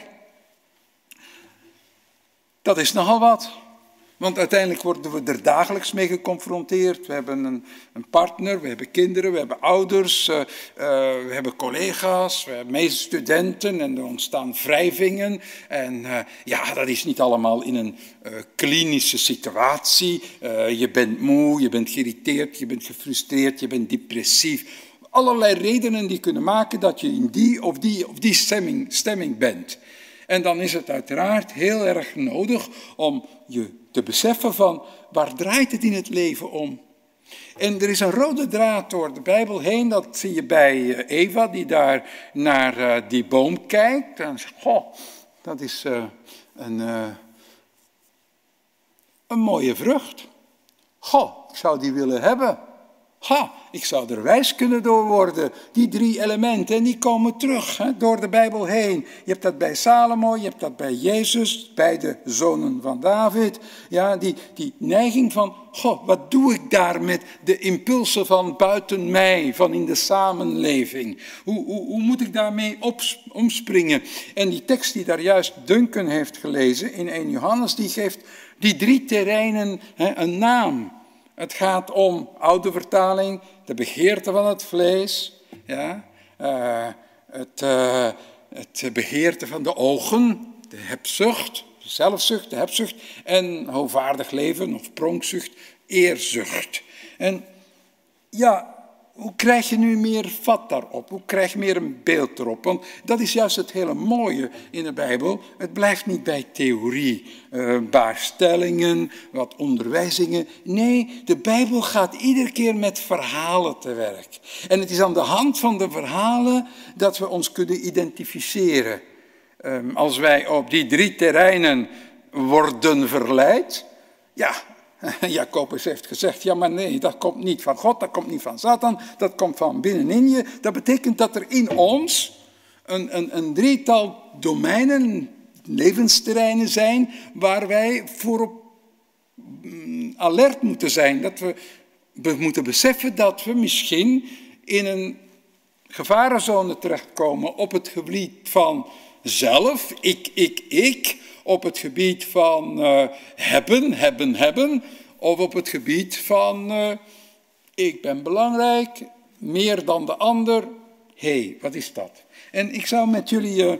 dat is nogal wat. Want uiteindelijk worden we er dagelijks mee geconfronteerd. We hebben een partner, we hebben kinderen, we hebben ouders, we hebben collega's, we hebben medestudenten en er ontstaan wrijvingen. En ja, dat is niet allemaal in een klinische situatie. Je bent moe, je bent geïrriteerd, je bent gefrustreerd, je bent depressief. Allerlei redenen die kunnen maken dat je in die of die stemming bent. En dan is het uiteraard heel erg nodig om je te beseffen van waar draait het in het leven om. En er is een rode draad door de Bijbel heen, dat zie je bij Eva die daar naar die boom kijkt. En zegt, goh, dat is een mooie vrucht. Goh, ik zou die willen hebben. Ha, ik zou er wijs kunnen door worden. Die 3 elementen, en die komen terug door de Bijbel heen. Je hebt dat bij Salomo, je hebt dat bij Jezus, bij de zonen van David. Ja, die neiging van, goh, wat doe ik daar met de impulsen van buiten mij, van in de samenleving? Hoe moet ik daarmee omspringen? En die tekst die daar juist Duncan heeft gelezen in 1 Johannes, die geeft die 3 terreinen een naam. Het gaat om, oude vertaling, de begeerte van het vlees, ja, het begeerte van de ogen, de hebzucht, de zelfzucht, de hebzucht en hoogvaardig leven of pronkzucht, eerzucht. En ja, hoe krijg je nu meer vat daarop? Hoe krijg je meer een beeld erop? Want dat is juist het hele mooie in de Bijbel. Het blijft niet bij theorie, een paar stellingen, wat onderwijzingen. Nee, de Bijbel gaat iedere keer met verhalen te werk. En het is aan de hand van de verhalen dat we ons kunnen identificeren. Als wij op die 3 terreinen worden verleid, ja, Jacobus heeft gezegd, ja maar nee, dat komt niet van God, dat komt niet van Satan, dat komt van binnenin je. Dat betekent dat er in ons een 3-tal domeinen, levensterreinen zijn, waar wij voor op alert moeten zijn. Dat we moeten beseffen dat we misschien in een gevarenzone terechtkomen op het gebied van zelf, ik, op het gebied van hebben, of op het gebied van ik ben belangrijk, meer dan de ander. Hé, wat is dat? En ik zou met jullie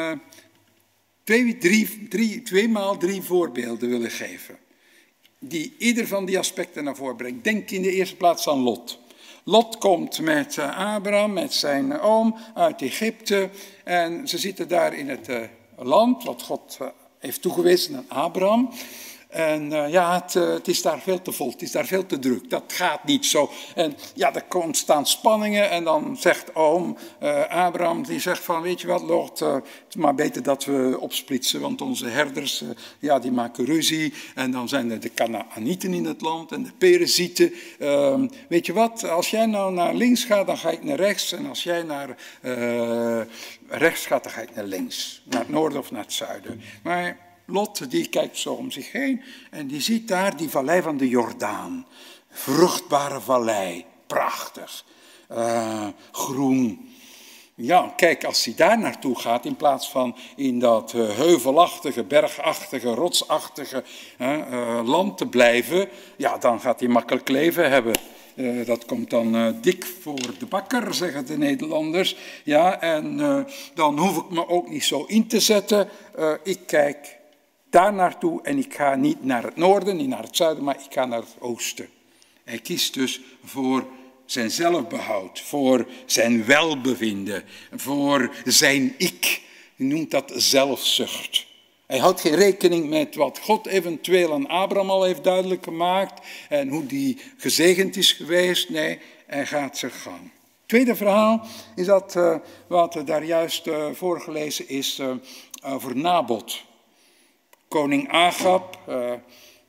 tweemaal 3 voorbeelden willen geven, die ieder van die aspecten naar voren brengt. Denk in de eerste plaats aan Lot. Lot komt met Abraham, met zijn oom uit Egypte en ze zitten daar in het land wat God heeft toegewezen aan Abraham. En ja, het is daar veel te vol, het is daar veel te druk, dat gaat niet zo. En ja, er ontstaan spanningen en dan zegt oom Abraham, die zegt van, weet je wat Lot, het is maar beter dat we opsplitsen, want onze herders, ja, die maken ruzie. En dan zijn er de Kanaanieten in het land en de Perizieten. Weet je wat, als jij nou naar links gaat, dan ga ik naar rechts. En als jij naar rechts gaat, dan ga ik naar links. Naar het noorden of naar het zuiden. Maar Lot, die kijkt zo om zich heen en die ziet daar die vallei van de Jordaan. Vruchtbare vallei, prachtig, groen. Ja, kijk, als hij daar naartoe gaat, in plaats van in dat heuvelachtige, bergachtige, rotsachtige land te blijven, ja, dan gaat hij makkelijk leven hebben. Dat komt dan dik voor de bakker, zeggen de Nederlanders. Ja, en dan hoef ik me ook niet zo in te zetten. Ik kijk daar naartoe en ik ga niet naar het noorden, niet naar het zuiden, maar ik ga naar het oosten. Hij kiest dus voor zijn zelfbehoud, voor zijn welbevinden, voor zijn ik. Hij noemt dat zelfzucht. Hij houdt geen rekening met wat God eventueel aan Abraham al heeft duidelijk gemaakt en hoe die gezegend is geweest. Nee, hij gaat zijn gang. Tweede verhaal is dat wat daar juist voorgelezen is over Nabot. Koning Agab,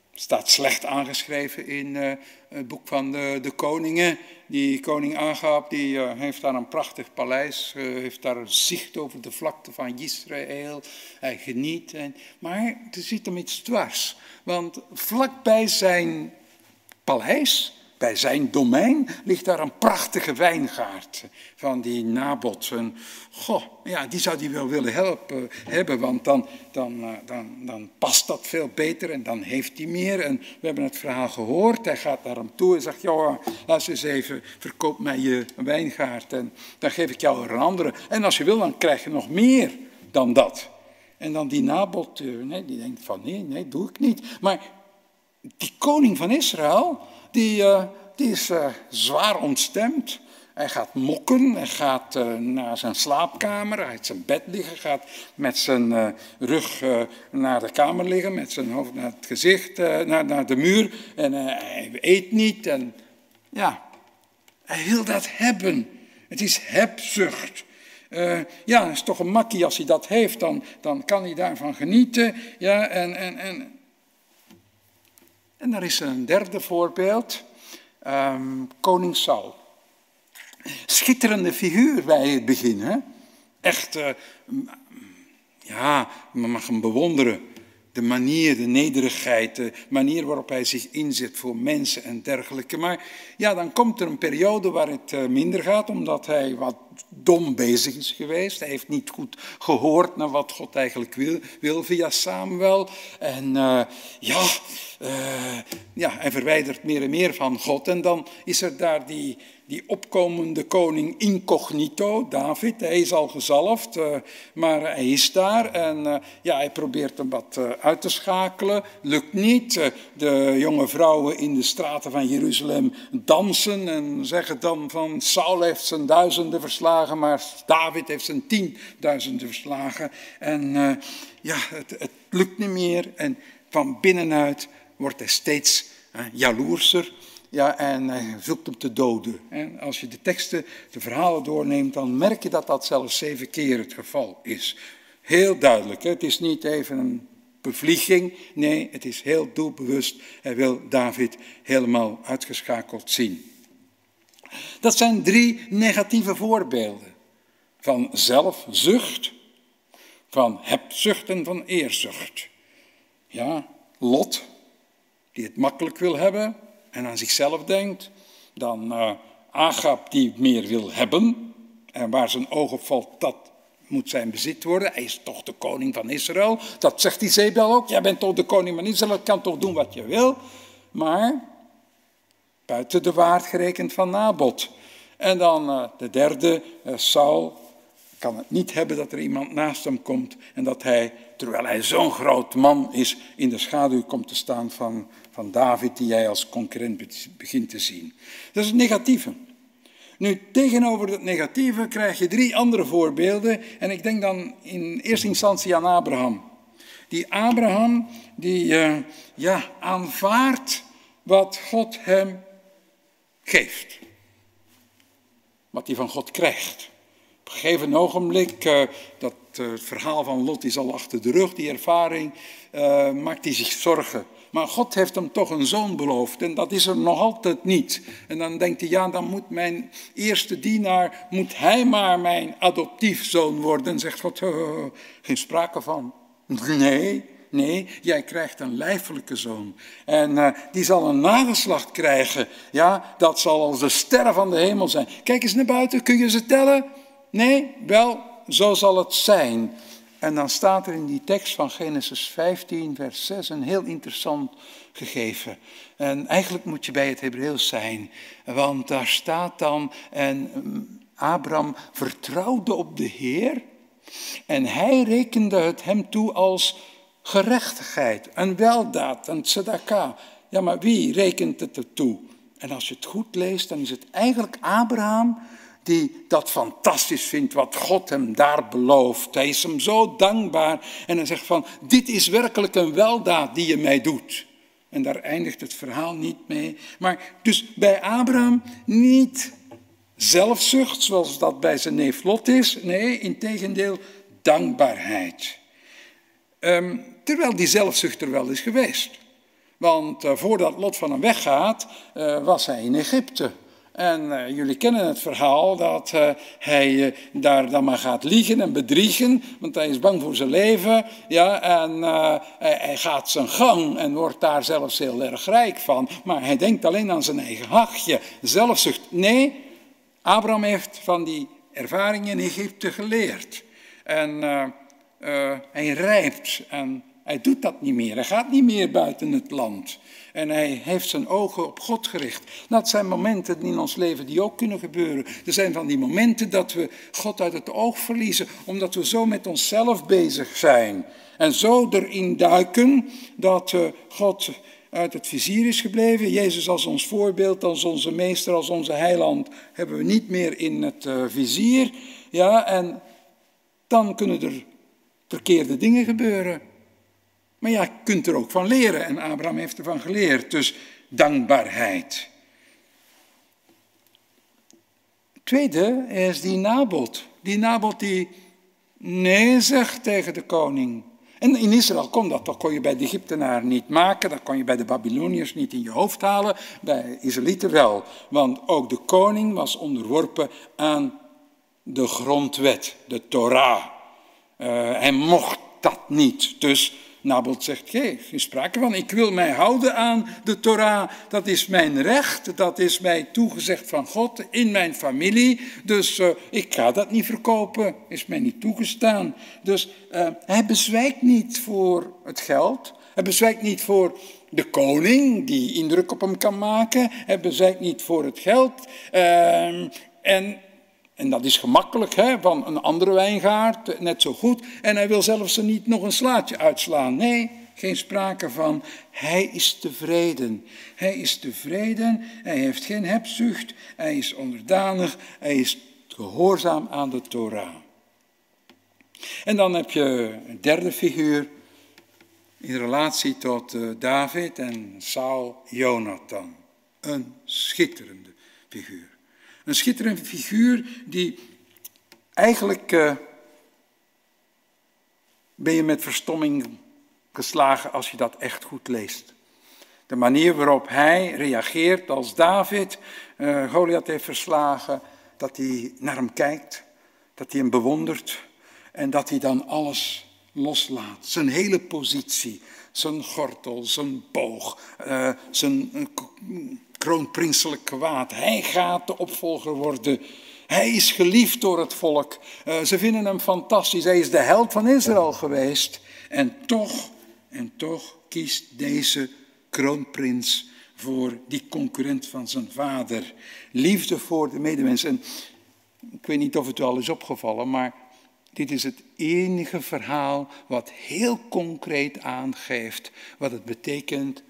Staat slecht aangeschreven in het boek van de koningen. Die koning Agab, die heeft daar een prachtig paleis, heeft daar een zicht over de vlakte van Israël. Hij geniet. Maar er zit hem iets dwars. Want vlakbij zijn paleis, bij zijn domein, ligt daar een prachtige wijngaard van die Nabot. En, die zou hij wel willen hebben, want dan past dat veel beter en dan heeft hij meer. En we hebben het verhaal gehoord, hij gaat naar hem toe en zegt, luister eens even, verkoop mij je wijngaard en dan geef ik jou er een andere. En als je wil, dan krijg je nog meer dan dat. En dan die Nabot, die denkt van nee, doe ik niet. Maar die koning van Israël, die is zwaar ontstemd. Hij gaat mokken, hij gaat naar zijn slaapkamer, hij gaat zijn bed liggen, gaat met zijn rug naar de kamer liggen, met zijn hoofd naar het gezicht, naar de muur. En hij eet niet. En ja, hij wil dat hebben. Het is hebzucht. Het is toch een makkie als hij dat heeft, dan kan hij daarvan genieten. Ja, en er is een derde voorbeeld. Koning Saul. Schitterende figuur bij het begin. Hè? Echt, men mag hem bewonderen. De manier, de nederigheid, de manier waarop hij zich inzet voor mensen en dergelijke. Maar ja, dan komt er een periode waar het minder gaat, omdat hij wat dom bezig is geweest. Hij heeft niet goed gehoord naar wat God eigenlijk wil via Samuel. En hij verwijdert meer en meer van God. En dan is er daar die opkomende koning incognito, David. Hij is al gezalfd, maar hij is daar. En hij probeert hem wat uit te schakelen. Lukt niet. De jonge vrouwen in de straten van Jeruzalem dansen en zeggen dan van Saul heeft zijn 1000 verslagen, maar David heeft zijn 10.000 verslagen. En het lukt niet meer. En van binnenuit wordt hij steeds jaloerser. Ja, en hij zoekt hem te doden. En als je de teksten, de verhalen doorneemt, dan merk je dat dat zelfs 7 keer het geval is. Heel duidelijk, hè? Het is niet even een bevlieging. Nee, het is heel doelbewust. Hij wil David helemaal uitgeschakeld zien. Dat zijn 3 negatieve voorbeelden. Van zelfzucht, van hebzucht en van eerzucht. Ja, Lot, die het makkelijk wil hebben en aan zichzelf denkt. Dan Agab, die meer wil hebben. En waar zijn oog op valt, dat moet zijn bezit worden. Hij is toch de koning van Israël. Dat zegt Izebel ook. Jij bent toch de koning van Israël, je kan toch doen wat je wil. Maar buiten de waard gerekend van Nabot. En dan de derde, Saul kan het niet hebben dat er iemand naast hem komt en dat hij, terwijl hij zo'n groot man is, in de schaduw komt te staan van David, die hij als concurrent begint te zien. Dat is het negatieve. Nu, tegenover het negatieve krijg je 3 andere voorbeelden. En ik denk dan in eerste instantie aan Abraham. Die Abraham, die aanvaardt wat God hem geeft. Wat hij van God krijgt. Op een gegeven ogenblik, dat verhaal van Lot is al achter de rug, die ervaring, maakt hij zich zorgen. Maar God heeft hem toch een zoon beloofd en dat is er nog altijd niet. En dan denkt hij, dan moet mijn eerste dienaar, moet hij maar mijn adoptiefzoon worden. En zegt God, geen sprake van. Nee, jij krijgt een lijfelijke zoon. En die zal een nageslacht krijgen. Ja, dat zal als de sterren van de hemel zijn. Kijk eens naar buiten, kun je ze tellen? Nee, wel, zo zal het zijn. En dan staat er in die tekst van Genesis 15, vers 6, een heel interessant gegeven. En eigenlijk moet je bij het Hebreeuws zijn, want daar staat dan, en Abraham vertrouwde op de Heer en hij rekende het hem toe als gerechtigheid, een weldaad, een tzedaka. Ja, maar wie rekent het er toe? En als je het goed leest, dan is het eigenlijk Abraham die dat fantastisch vindt wat God hem daar belooft. Hij is hem zo dankbaar en hij zegt van, dit is werkelijk een weldaad die je mij doet. En daar eindigt het verhaal niet mee. Maar dus bij Abraham niet zelfzucht zoals dat bij zijn neef Lot is. Nee, integendeel dankbaarheid. Terwijl die zelfzucht er wel is geweest. Want voordat Lot van hem weggaat, was hij in Egypte. En jullie kennen het verhaal dat hij daar dan maar gaat liegen en bedriegen, want hij is bang voor zijn leven. Ja, en hij gaat zijn gang en wordt daar zelfs heel erg rijk van. Maar hij denkt alleen aan zijn eigen hachje, zelfzucht. Nee, Abraham heeft van die ervaring in Egypte geleerd. En hij rijpt en hij doet dat niet meer. Hij gaat niet meer buiten het land. En hij heeft zijn ogen op God gericht. Dat zijn momenten in ons leven die ook kunnen gebeuren. Er zijn van die momenten dat we God uit het oog verliezen, omdat we zo met onszelf bezig zijn. En zo erin duiken dat God uit het vizier is gebleven. Jezus als ons voorbeeld, als onze meester, als onze heiland, hebben we niet meer in het vizier. Ja, en dan kunnen er verkeerde dingen gebeuren. Maar ja, je kunt er ook van leren. En Abraham heeft ervan geleerd. Dus dankbaarheid. Het tweede is die Nabot. Die Nabot die nee zegt tegen de koning. En in Israël kon dat. Dat kon je bij de Egyptenaren niet maken. Dat kon je bij de Babyloniërs niet in je hoofd halen. Bij Israëlieten wel. Want ook de koning was onderworpen aan de grondwet. De Torah. Hij mocht dat niet. Dus Nabot zegt, geen sprake van. Ik wil mij houden aan de Torah. Dat is mijn recht. Dat is mij toegezegd van God in mijn familie. Dus ik ga dat niet verkopen. Is mij niet toegestaan. Dus hij bezwijkt niet voor het geld. Hij bezwijkt niet voor de koning die indruk op hem kan maken. Hij bezwijkt niet voor het geld. En dat is gemakkelijk, hè, van een andere wijngaard, net zo goed. En hij wil zelfs er niet nog een slaatje uitslaan. Nee, geen sprake van. Hij is tevreden. Hij is tevreden, hij heeft geen hebzucht, hij is onderdanig, hij is gehoorzaam aan de Torah. En dan heb je een derde figuur in relatie tot David en Saul, Jonathan. Een schitterende figuur. Een schitterende figuur die eigenlijk ben je met verstomming geslagen als je dat echt goed leest. De manier waarop hij reageert als David Goliath heeft verslagen, dat hij naar hem kijkt, dat hij hem bewondert en dat hij dan alles loslaat. Zijn hele positie, zijn gortel, zijn boog, zijn kroonprinselijk gewaad. Hij gaat de opvolger worden. Hij is geliefd door het volk. Ze vinden hem fantastisch. Hij is de held van Israël geweest. En toch kiest deze kroonprins voor die concurrent van zijn vader. Liefde voor de medemens. En ik weet niet of het u al is opgevallen, maar dit is het enige verhaal wat heel concreet aangeeft wat het betekent.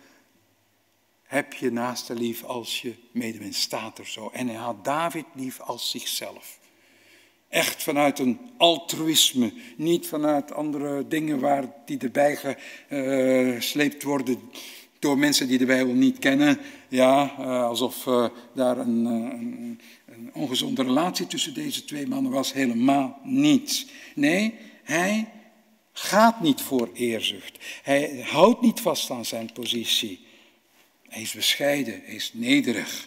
Heb je naaste lief als je medemens, staat er zo. En hij had David lief als zichzelf. Echt vanuit een altruïsme, niet vanuit andere dingen waar die erbij gesleept worden door mensen die de Bijbel niet kennen. Ja, alsof daar een ongezonde relatie tussen deze twee mannen was. Helemaal niet. Nee, hij gaat niet voor eerzucht. Hij houdt niet vast aan zijn positie. Hij is bescheiden, hij is nederig.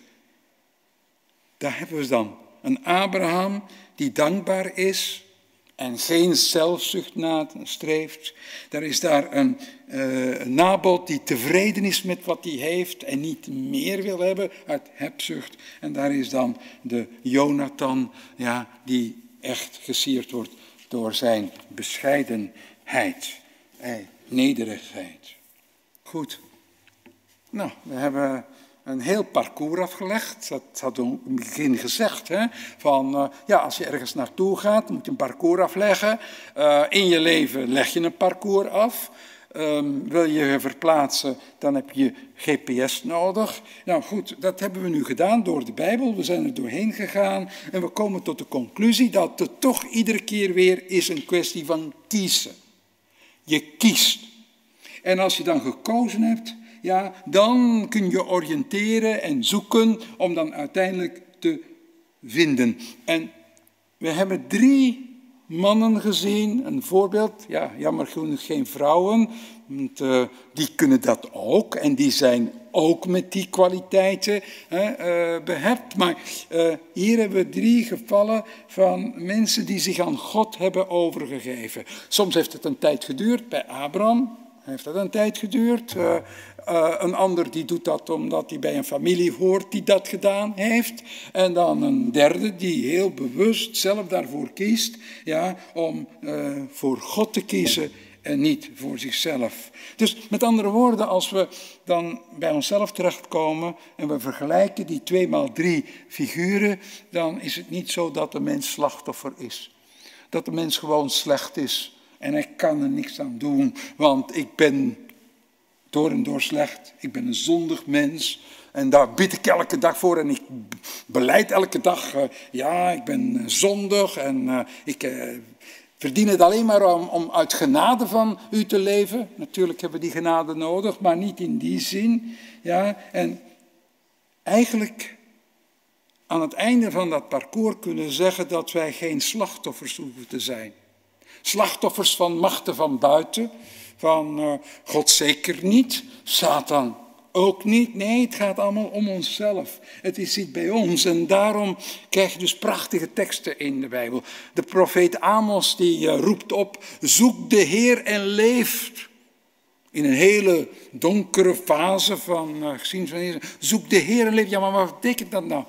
Daar hebben we dan een Abraham die dankbaar is en geen zelfzucht nastreeft. Daar is daar een Nabot die tevreden is met wat hij heeft en niet meer wil hebben uit hebzucht. En daar is dan de Jonathan, ja, die echt gesierd wordt door zijn bescheidenheid, nederigheid. Goed. Nou, we hebben een heel parcours afgelegd. Dat had ik in het begin gezegd. Hè? Van, als je ergens naartoe gaat, moet je een parcours afleggen. In je leven leg je een parcours af. Wil je je verplaatsen, dan heb je GPS nodig. Nou goed, dat hebben we nu gedaan door de Bijbel. We zijn er doorheen gegaan en we komen tot de conclusie dat het toch iedere keer weer is een kwestie van kiezen. Je kiest. En als je dan gekozen hebt, ja, dan kun je oriënteren en zoeken om dan uiteindelijk te vinden. En we hebben 3 mannen gezien, een voorbeeld. Ja, jammer genoeg geen vrouwen, want die kunnen dat ook. En die zijn ook met die kwaliteiten behept. Maar hier hebben we 3 gevallen van mensen die zich aan God hebben overgegeven. Soms heeft het een tijd geduurd, bij Abraham heeft dat een tijd geduurd. Een ander die doet dat omdat hij bij een familie hoort die dat gedaan heeft. En dan een derde die heel bewust zelf daarvoor kiest, ja, om voor God te kiezen en niet voor zichzelf. Dus met andere woorden, als we dan bij onszelf terechtkomen en we vergelijken die 2x3 figuren, dan is het niet zo dat de mens slachtoffer is. Dat de mens gewoon slecht is en hij kan er niks aan doen, want ik ben door en door slecht. Ik ben een zondig mens en daar bid ik elke dag voor en ik belijd elke dag, ik ben zondig en ik verdien het alleen maar om uit genade van u te leven. Natuurlijk hebben we die genade nodig, maar niet in die zin. Ja, en eigenlijk aan het einde van dat parcours kunnen zeggen dat wij geen slachtoffers hoeven te zijn. Slachtoffers van machten van buiten, van God zeker niet, Satan ook niet. Nee, het gaat allemaal om onszelf. Het zit bij ons en daarom krijg je dus prachtige teksten in de Bijbel. De profeet Amos die roept op, zoek de Heer en leef. In een hele donkere fase van geschiedenis van Jezus. Zoek de Heer en leef. Ja, maar wat betekent dat nou?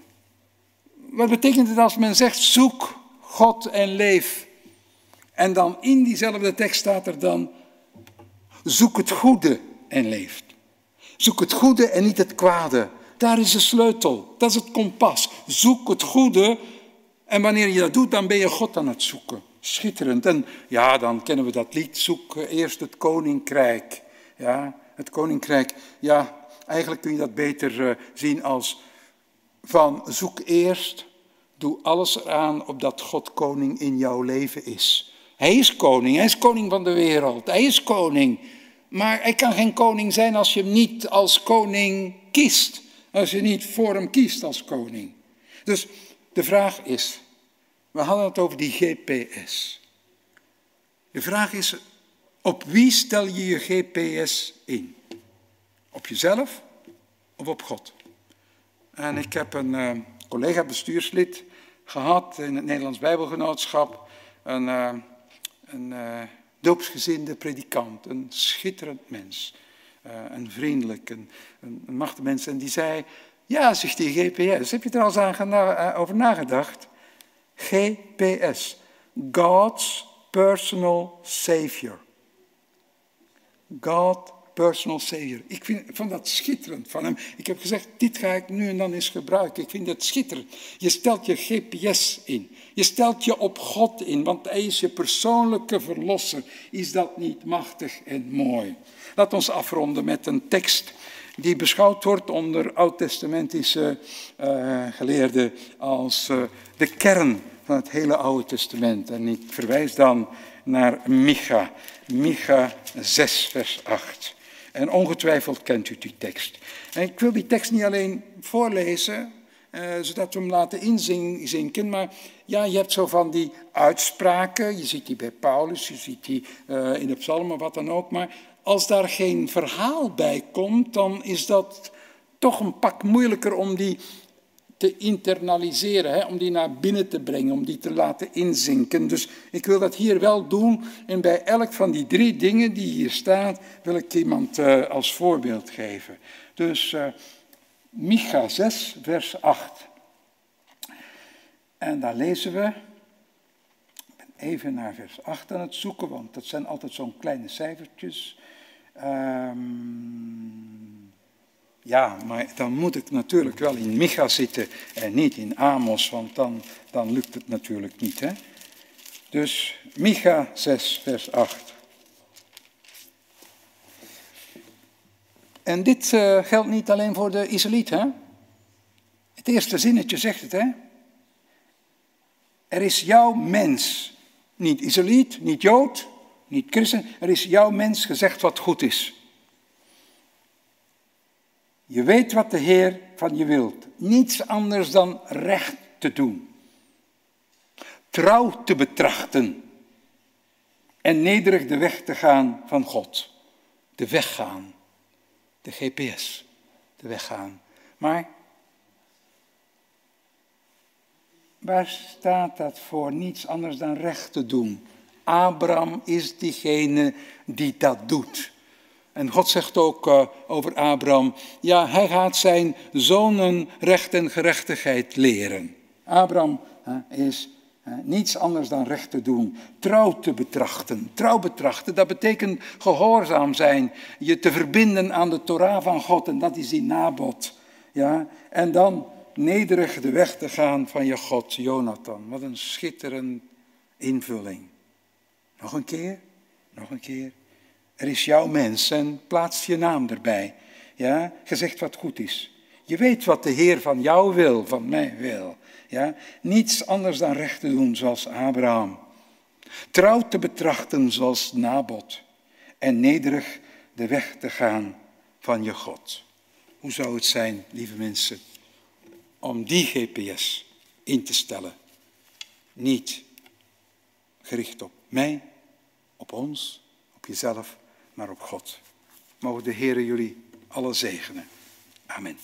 Wat betekent het als men zegt, zoek God en leef? En dan in diezelfde tekst staat er dan, zoek het goede en leef. Zoek het goede en niet het kwade. Daar is de sleutel. Dat is het kompas. Zoek het goede. En wanneer je dat doet, dan ben je God aan het zoeken. Schitterend. En ja, dan kennen we dat lied. Zoek eerst het koninkrijk. Ja, het koninkrijk. Ja, eigenlijk kun je dat beter zien als van zoek eerst. Doe alles eraan opdat God koning in jouw leven is. Hij is koning. Hij is koning van de wereld. Hij is koning. Maar hij kan geen koning zijn als je hem niet als koning kiest. Als je niet voor hem kiest als koning. Dus de vraag is, we hadden het over die GPS. De vraag is, op wie stel je je GPS in? Op jezelf of op God? En ik heb een collega bestuurslid gehad in het Nederlands Bijbelgenootschap. Een doopsgezinde predikant, een schitterend mens, een vriendelijk, een machtig mens. En die zei, ja, zegt die GPS, heb je er al eens over nagedacht? GPS, God's personal savior. God personal savior. Ik vond dat schitterend van hem. Ik heb gezegd, dit ga ik nu en dan eens gebruiken. Ik vind het schitterend. Je stelt je GPS in. Je stelt je op God in, want hij is je persoonlijke verlosser. Is dat niet machtig en mooi? Laat ons afronden met een tekst die beschouwd wordt onder oud-testamentische geleerden als de kern van het hele Oude Testament. En ik verwijs dan naar Micha. Micha 6 vers 8. En ongetwijfeld kent u die tekst. En ik wil die tekst niet alleen voorlezen, zodat we hem laten inzinken, maar ja, je hebt zo van die uitspraken, je ziet die bij Paulus, je ziet die in de psalmen, wat dan ook, maar als daar geen verhaal bij komt, dan is dat toch een pak moeilijker om die te internaliseren, om die naar binnen te brengen, om die te laten inzinken. Dus ik wil dat hier wel doen en bij elk van die 3 dingen die hier staan, wil ik iemand als voorbeeld geven. Dus Micha 6 vers 8. En daar lezen we, ik ben even naar vers 8 aan het zoeken, want dat zijn altijd zo'n kleine cijfertjes. Ja, maar dan moet ik natuurlijk wel in Micha zitten en niet in Amos, want dan lukt het natuurlijk niet. Hè? Dus Micha 6 vers 8. En dit geldt niet alleen voor de Israëliet. Hè? Het eerste zinnetje zegt het. Hè? Er is jouw mens, niet Israëliet, niet Jood, niet christen. Er is jouw mens gezegd wat goed is. Je weet wat de Heer van je wilt. Niets anders dan recht te doen. trouw te betrachten en nederig de weg te gaan van God. De weg gaan, de GPS, de weg gaan. Maar waar staat dat voor? Niets anders dan recht te doen. Abraham is diegene die dat doet. En God zegt ook over Abraham, ja, hij gaat zijn zonen recht en gerechtigheid leren. Abraham is niets anders dan recht te doen. Trouw te betrachten. Trouw betrachten, dat betekent gehoorzaam zijn. Je te verbinden aan de Torah van God en dat is die nabod. Ja? En dan nederig de weg te gaan van je God, Jonathan. Wat een schitterende invulling. Nog een keer, nog een keer. Er is jouw mens en plaats je naam erbij. Ja, je zegt wat goed is. Je weet wat de Heer van jou wil, van mij wil. Ja, niets anders dan recht te doen zoals Abraham. Trouw te betrachten zoals Nabot. En nederig de weg te gaan van je God. Hoe zou het zijn, lieve mensen, om die GPS in te stellen? Niet gericht op mij, op ons, op jezelf, maar op God. Mogen de Heer jullie allen zegenen. Amen.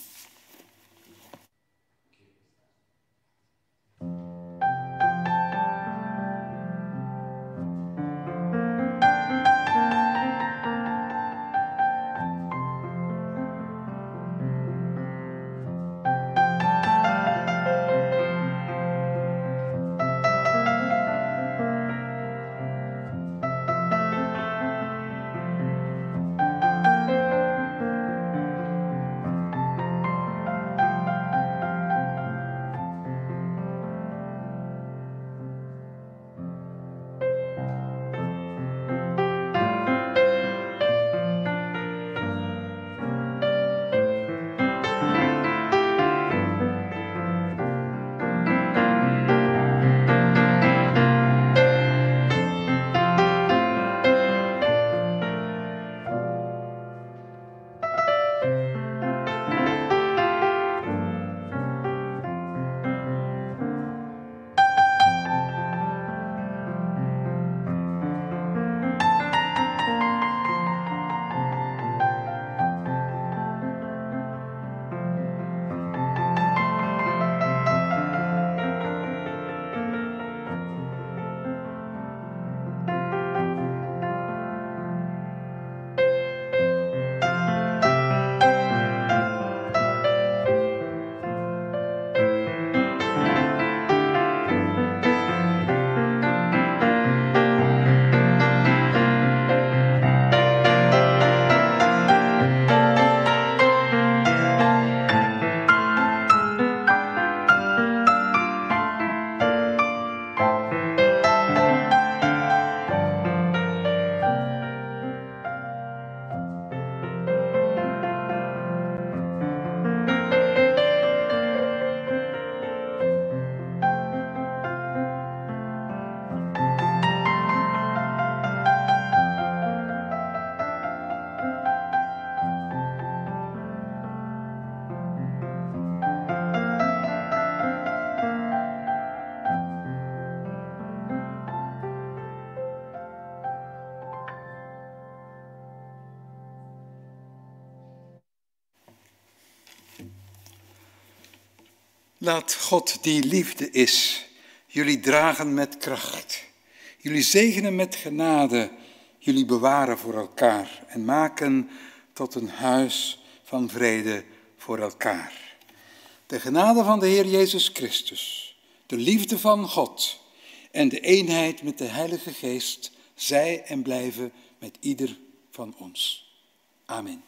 Laat God die liefde is, jullie dragen met kracht, jullie zegenen met genade, jullie bewaren voor elkaar en maken tot een huis van vrede voor elkaar. De genade van de Heer Jezus Christus, de liefde van God en de eenheid met de Heilige Geest, zij en blijven met ieder van ons. Amen.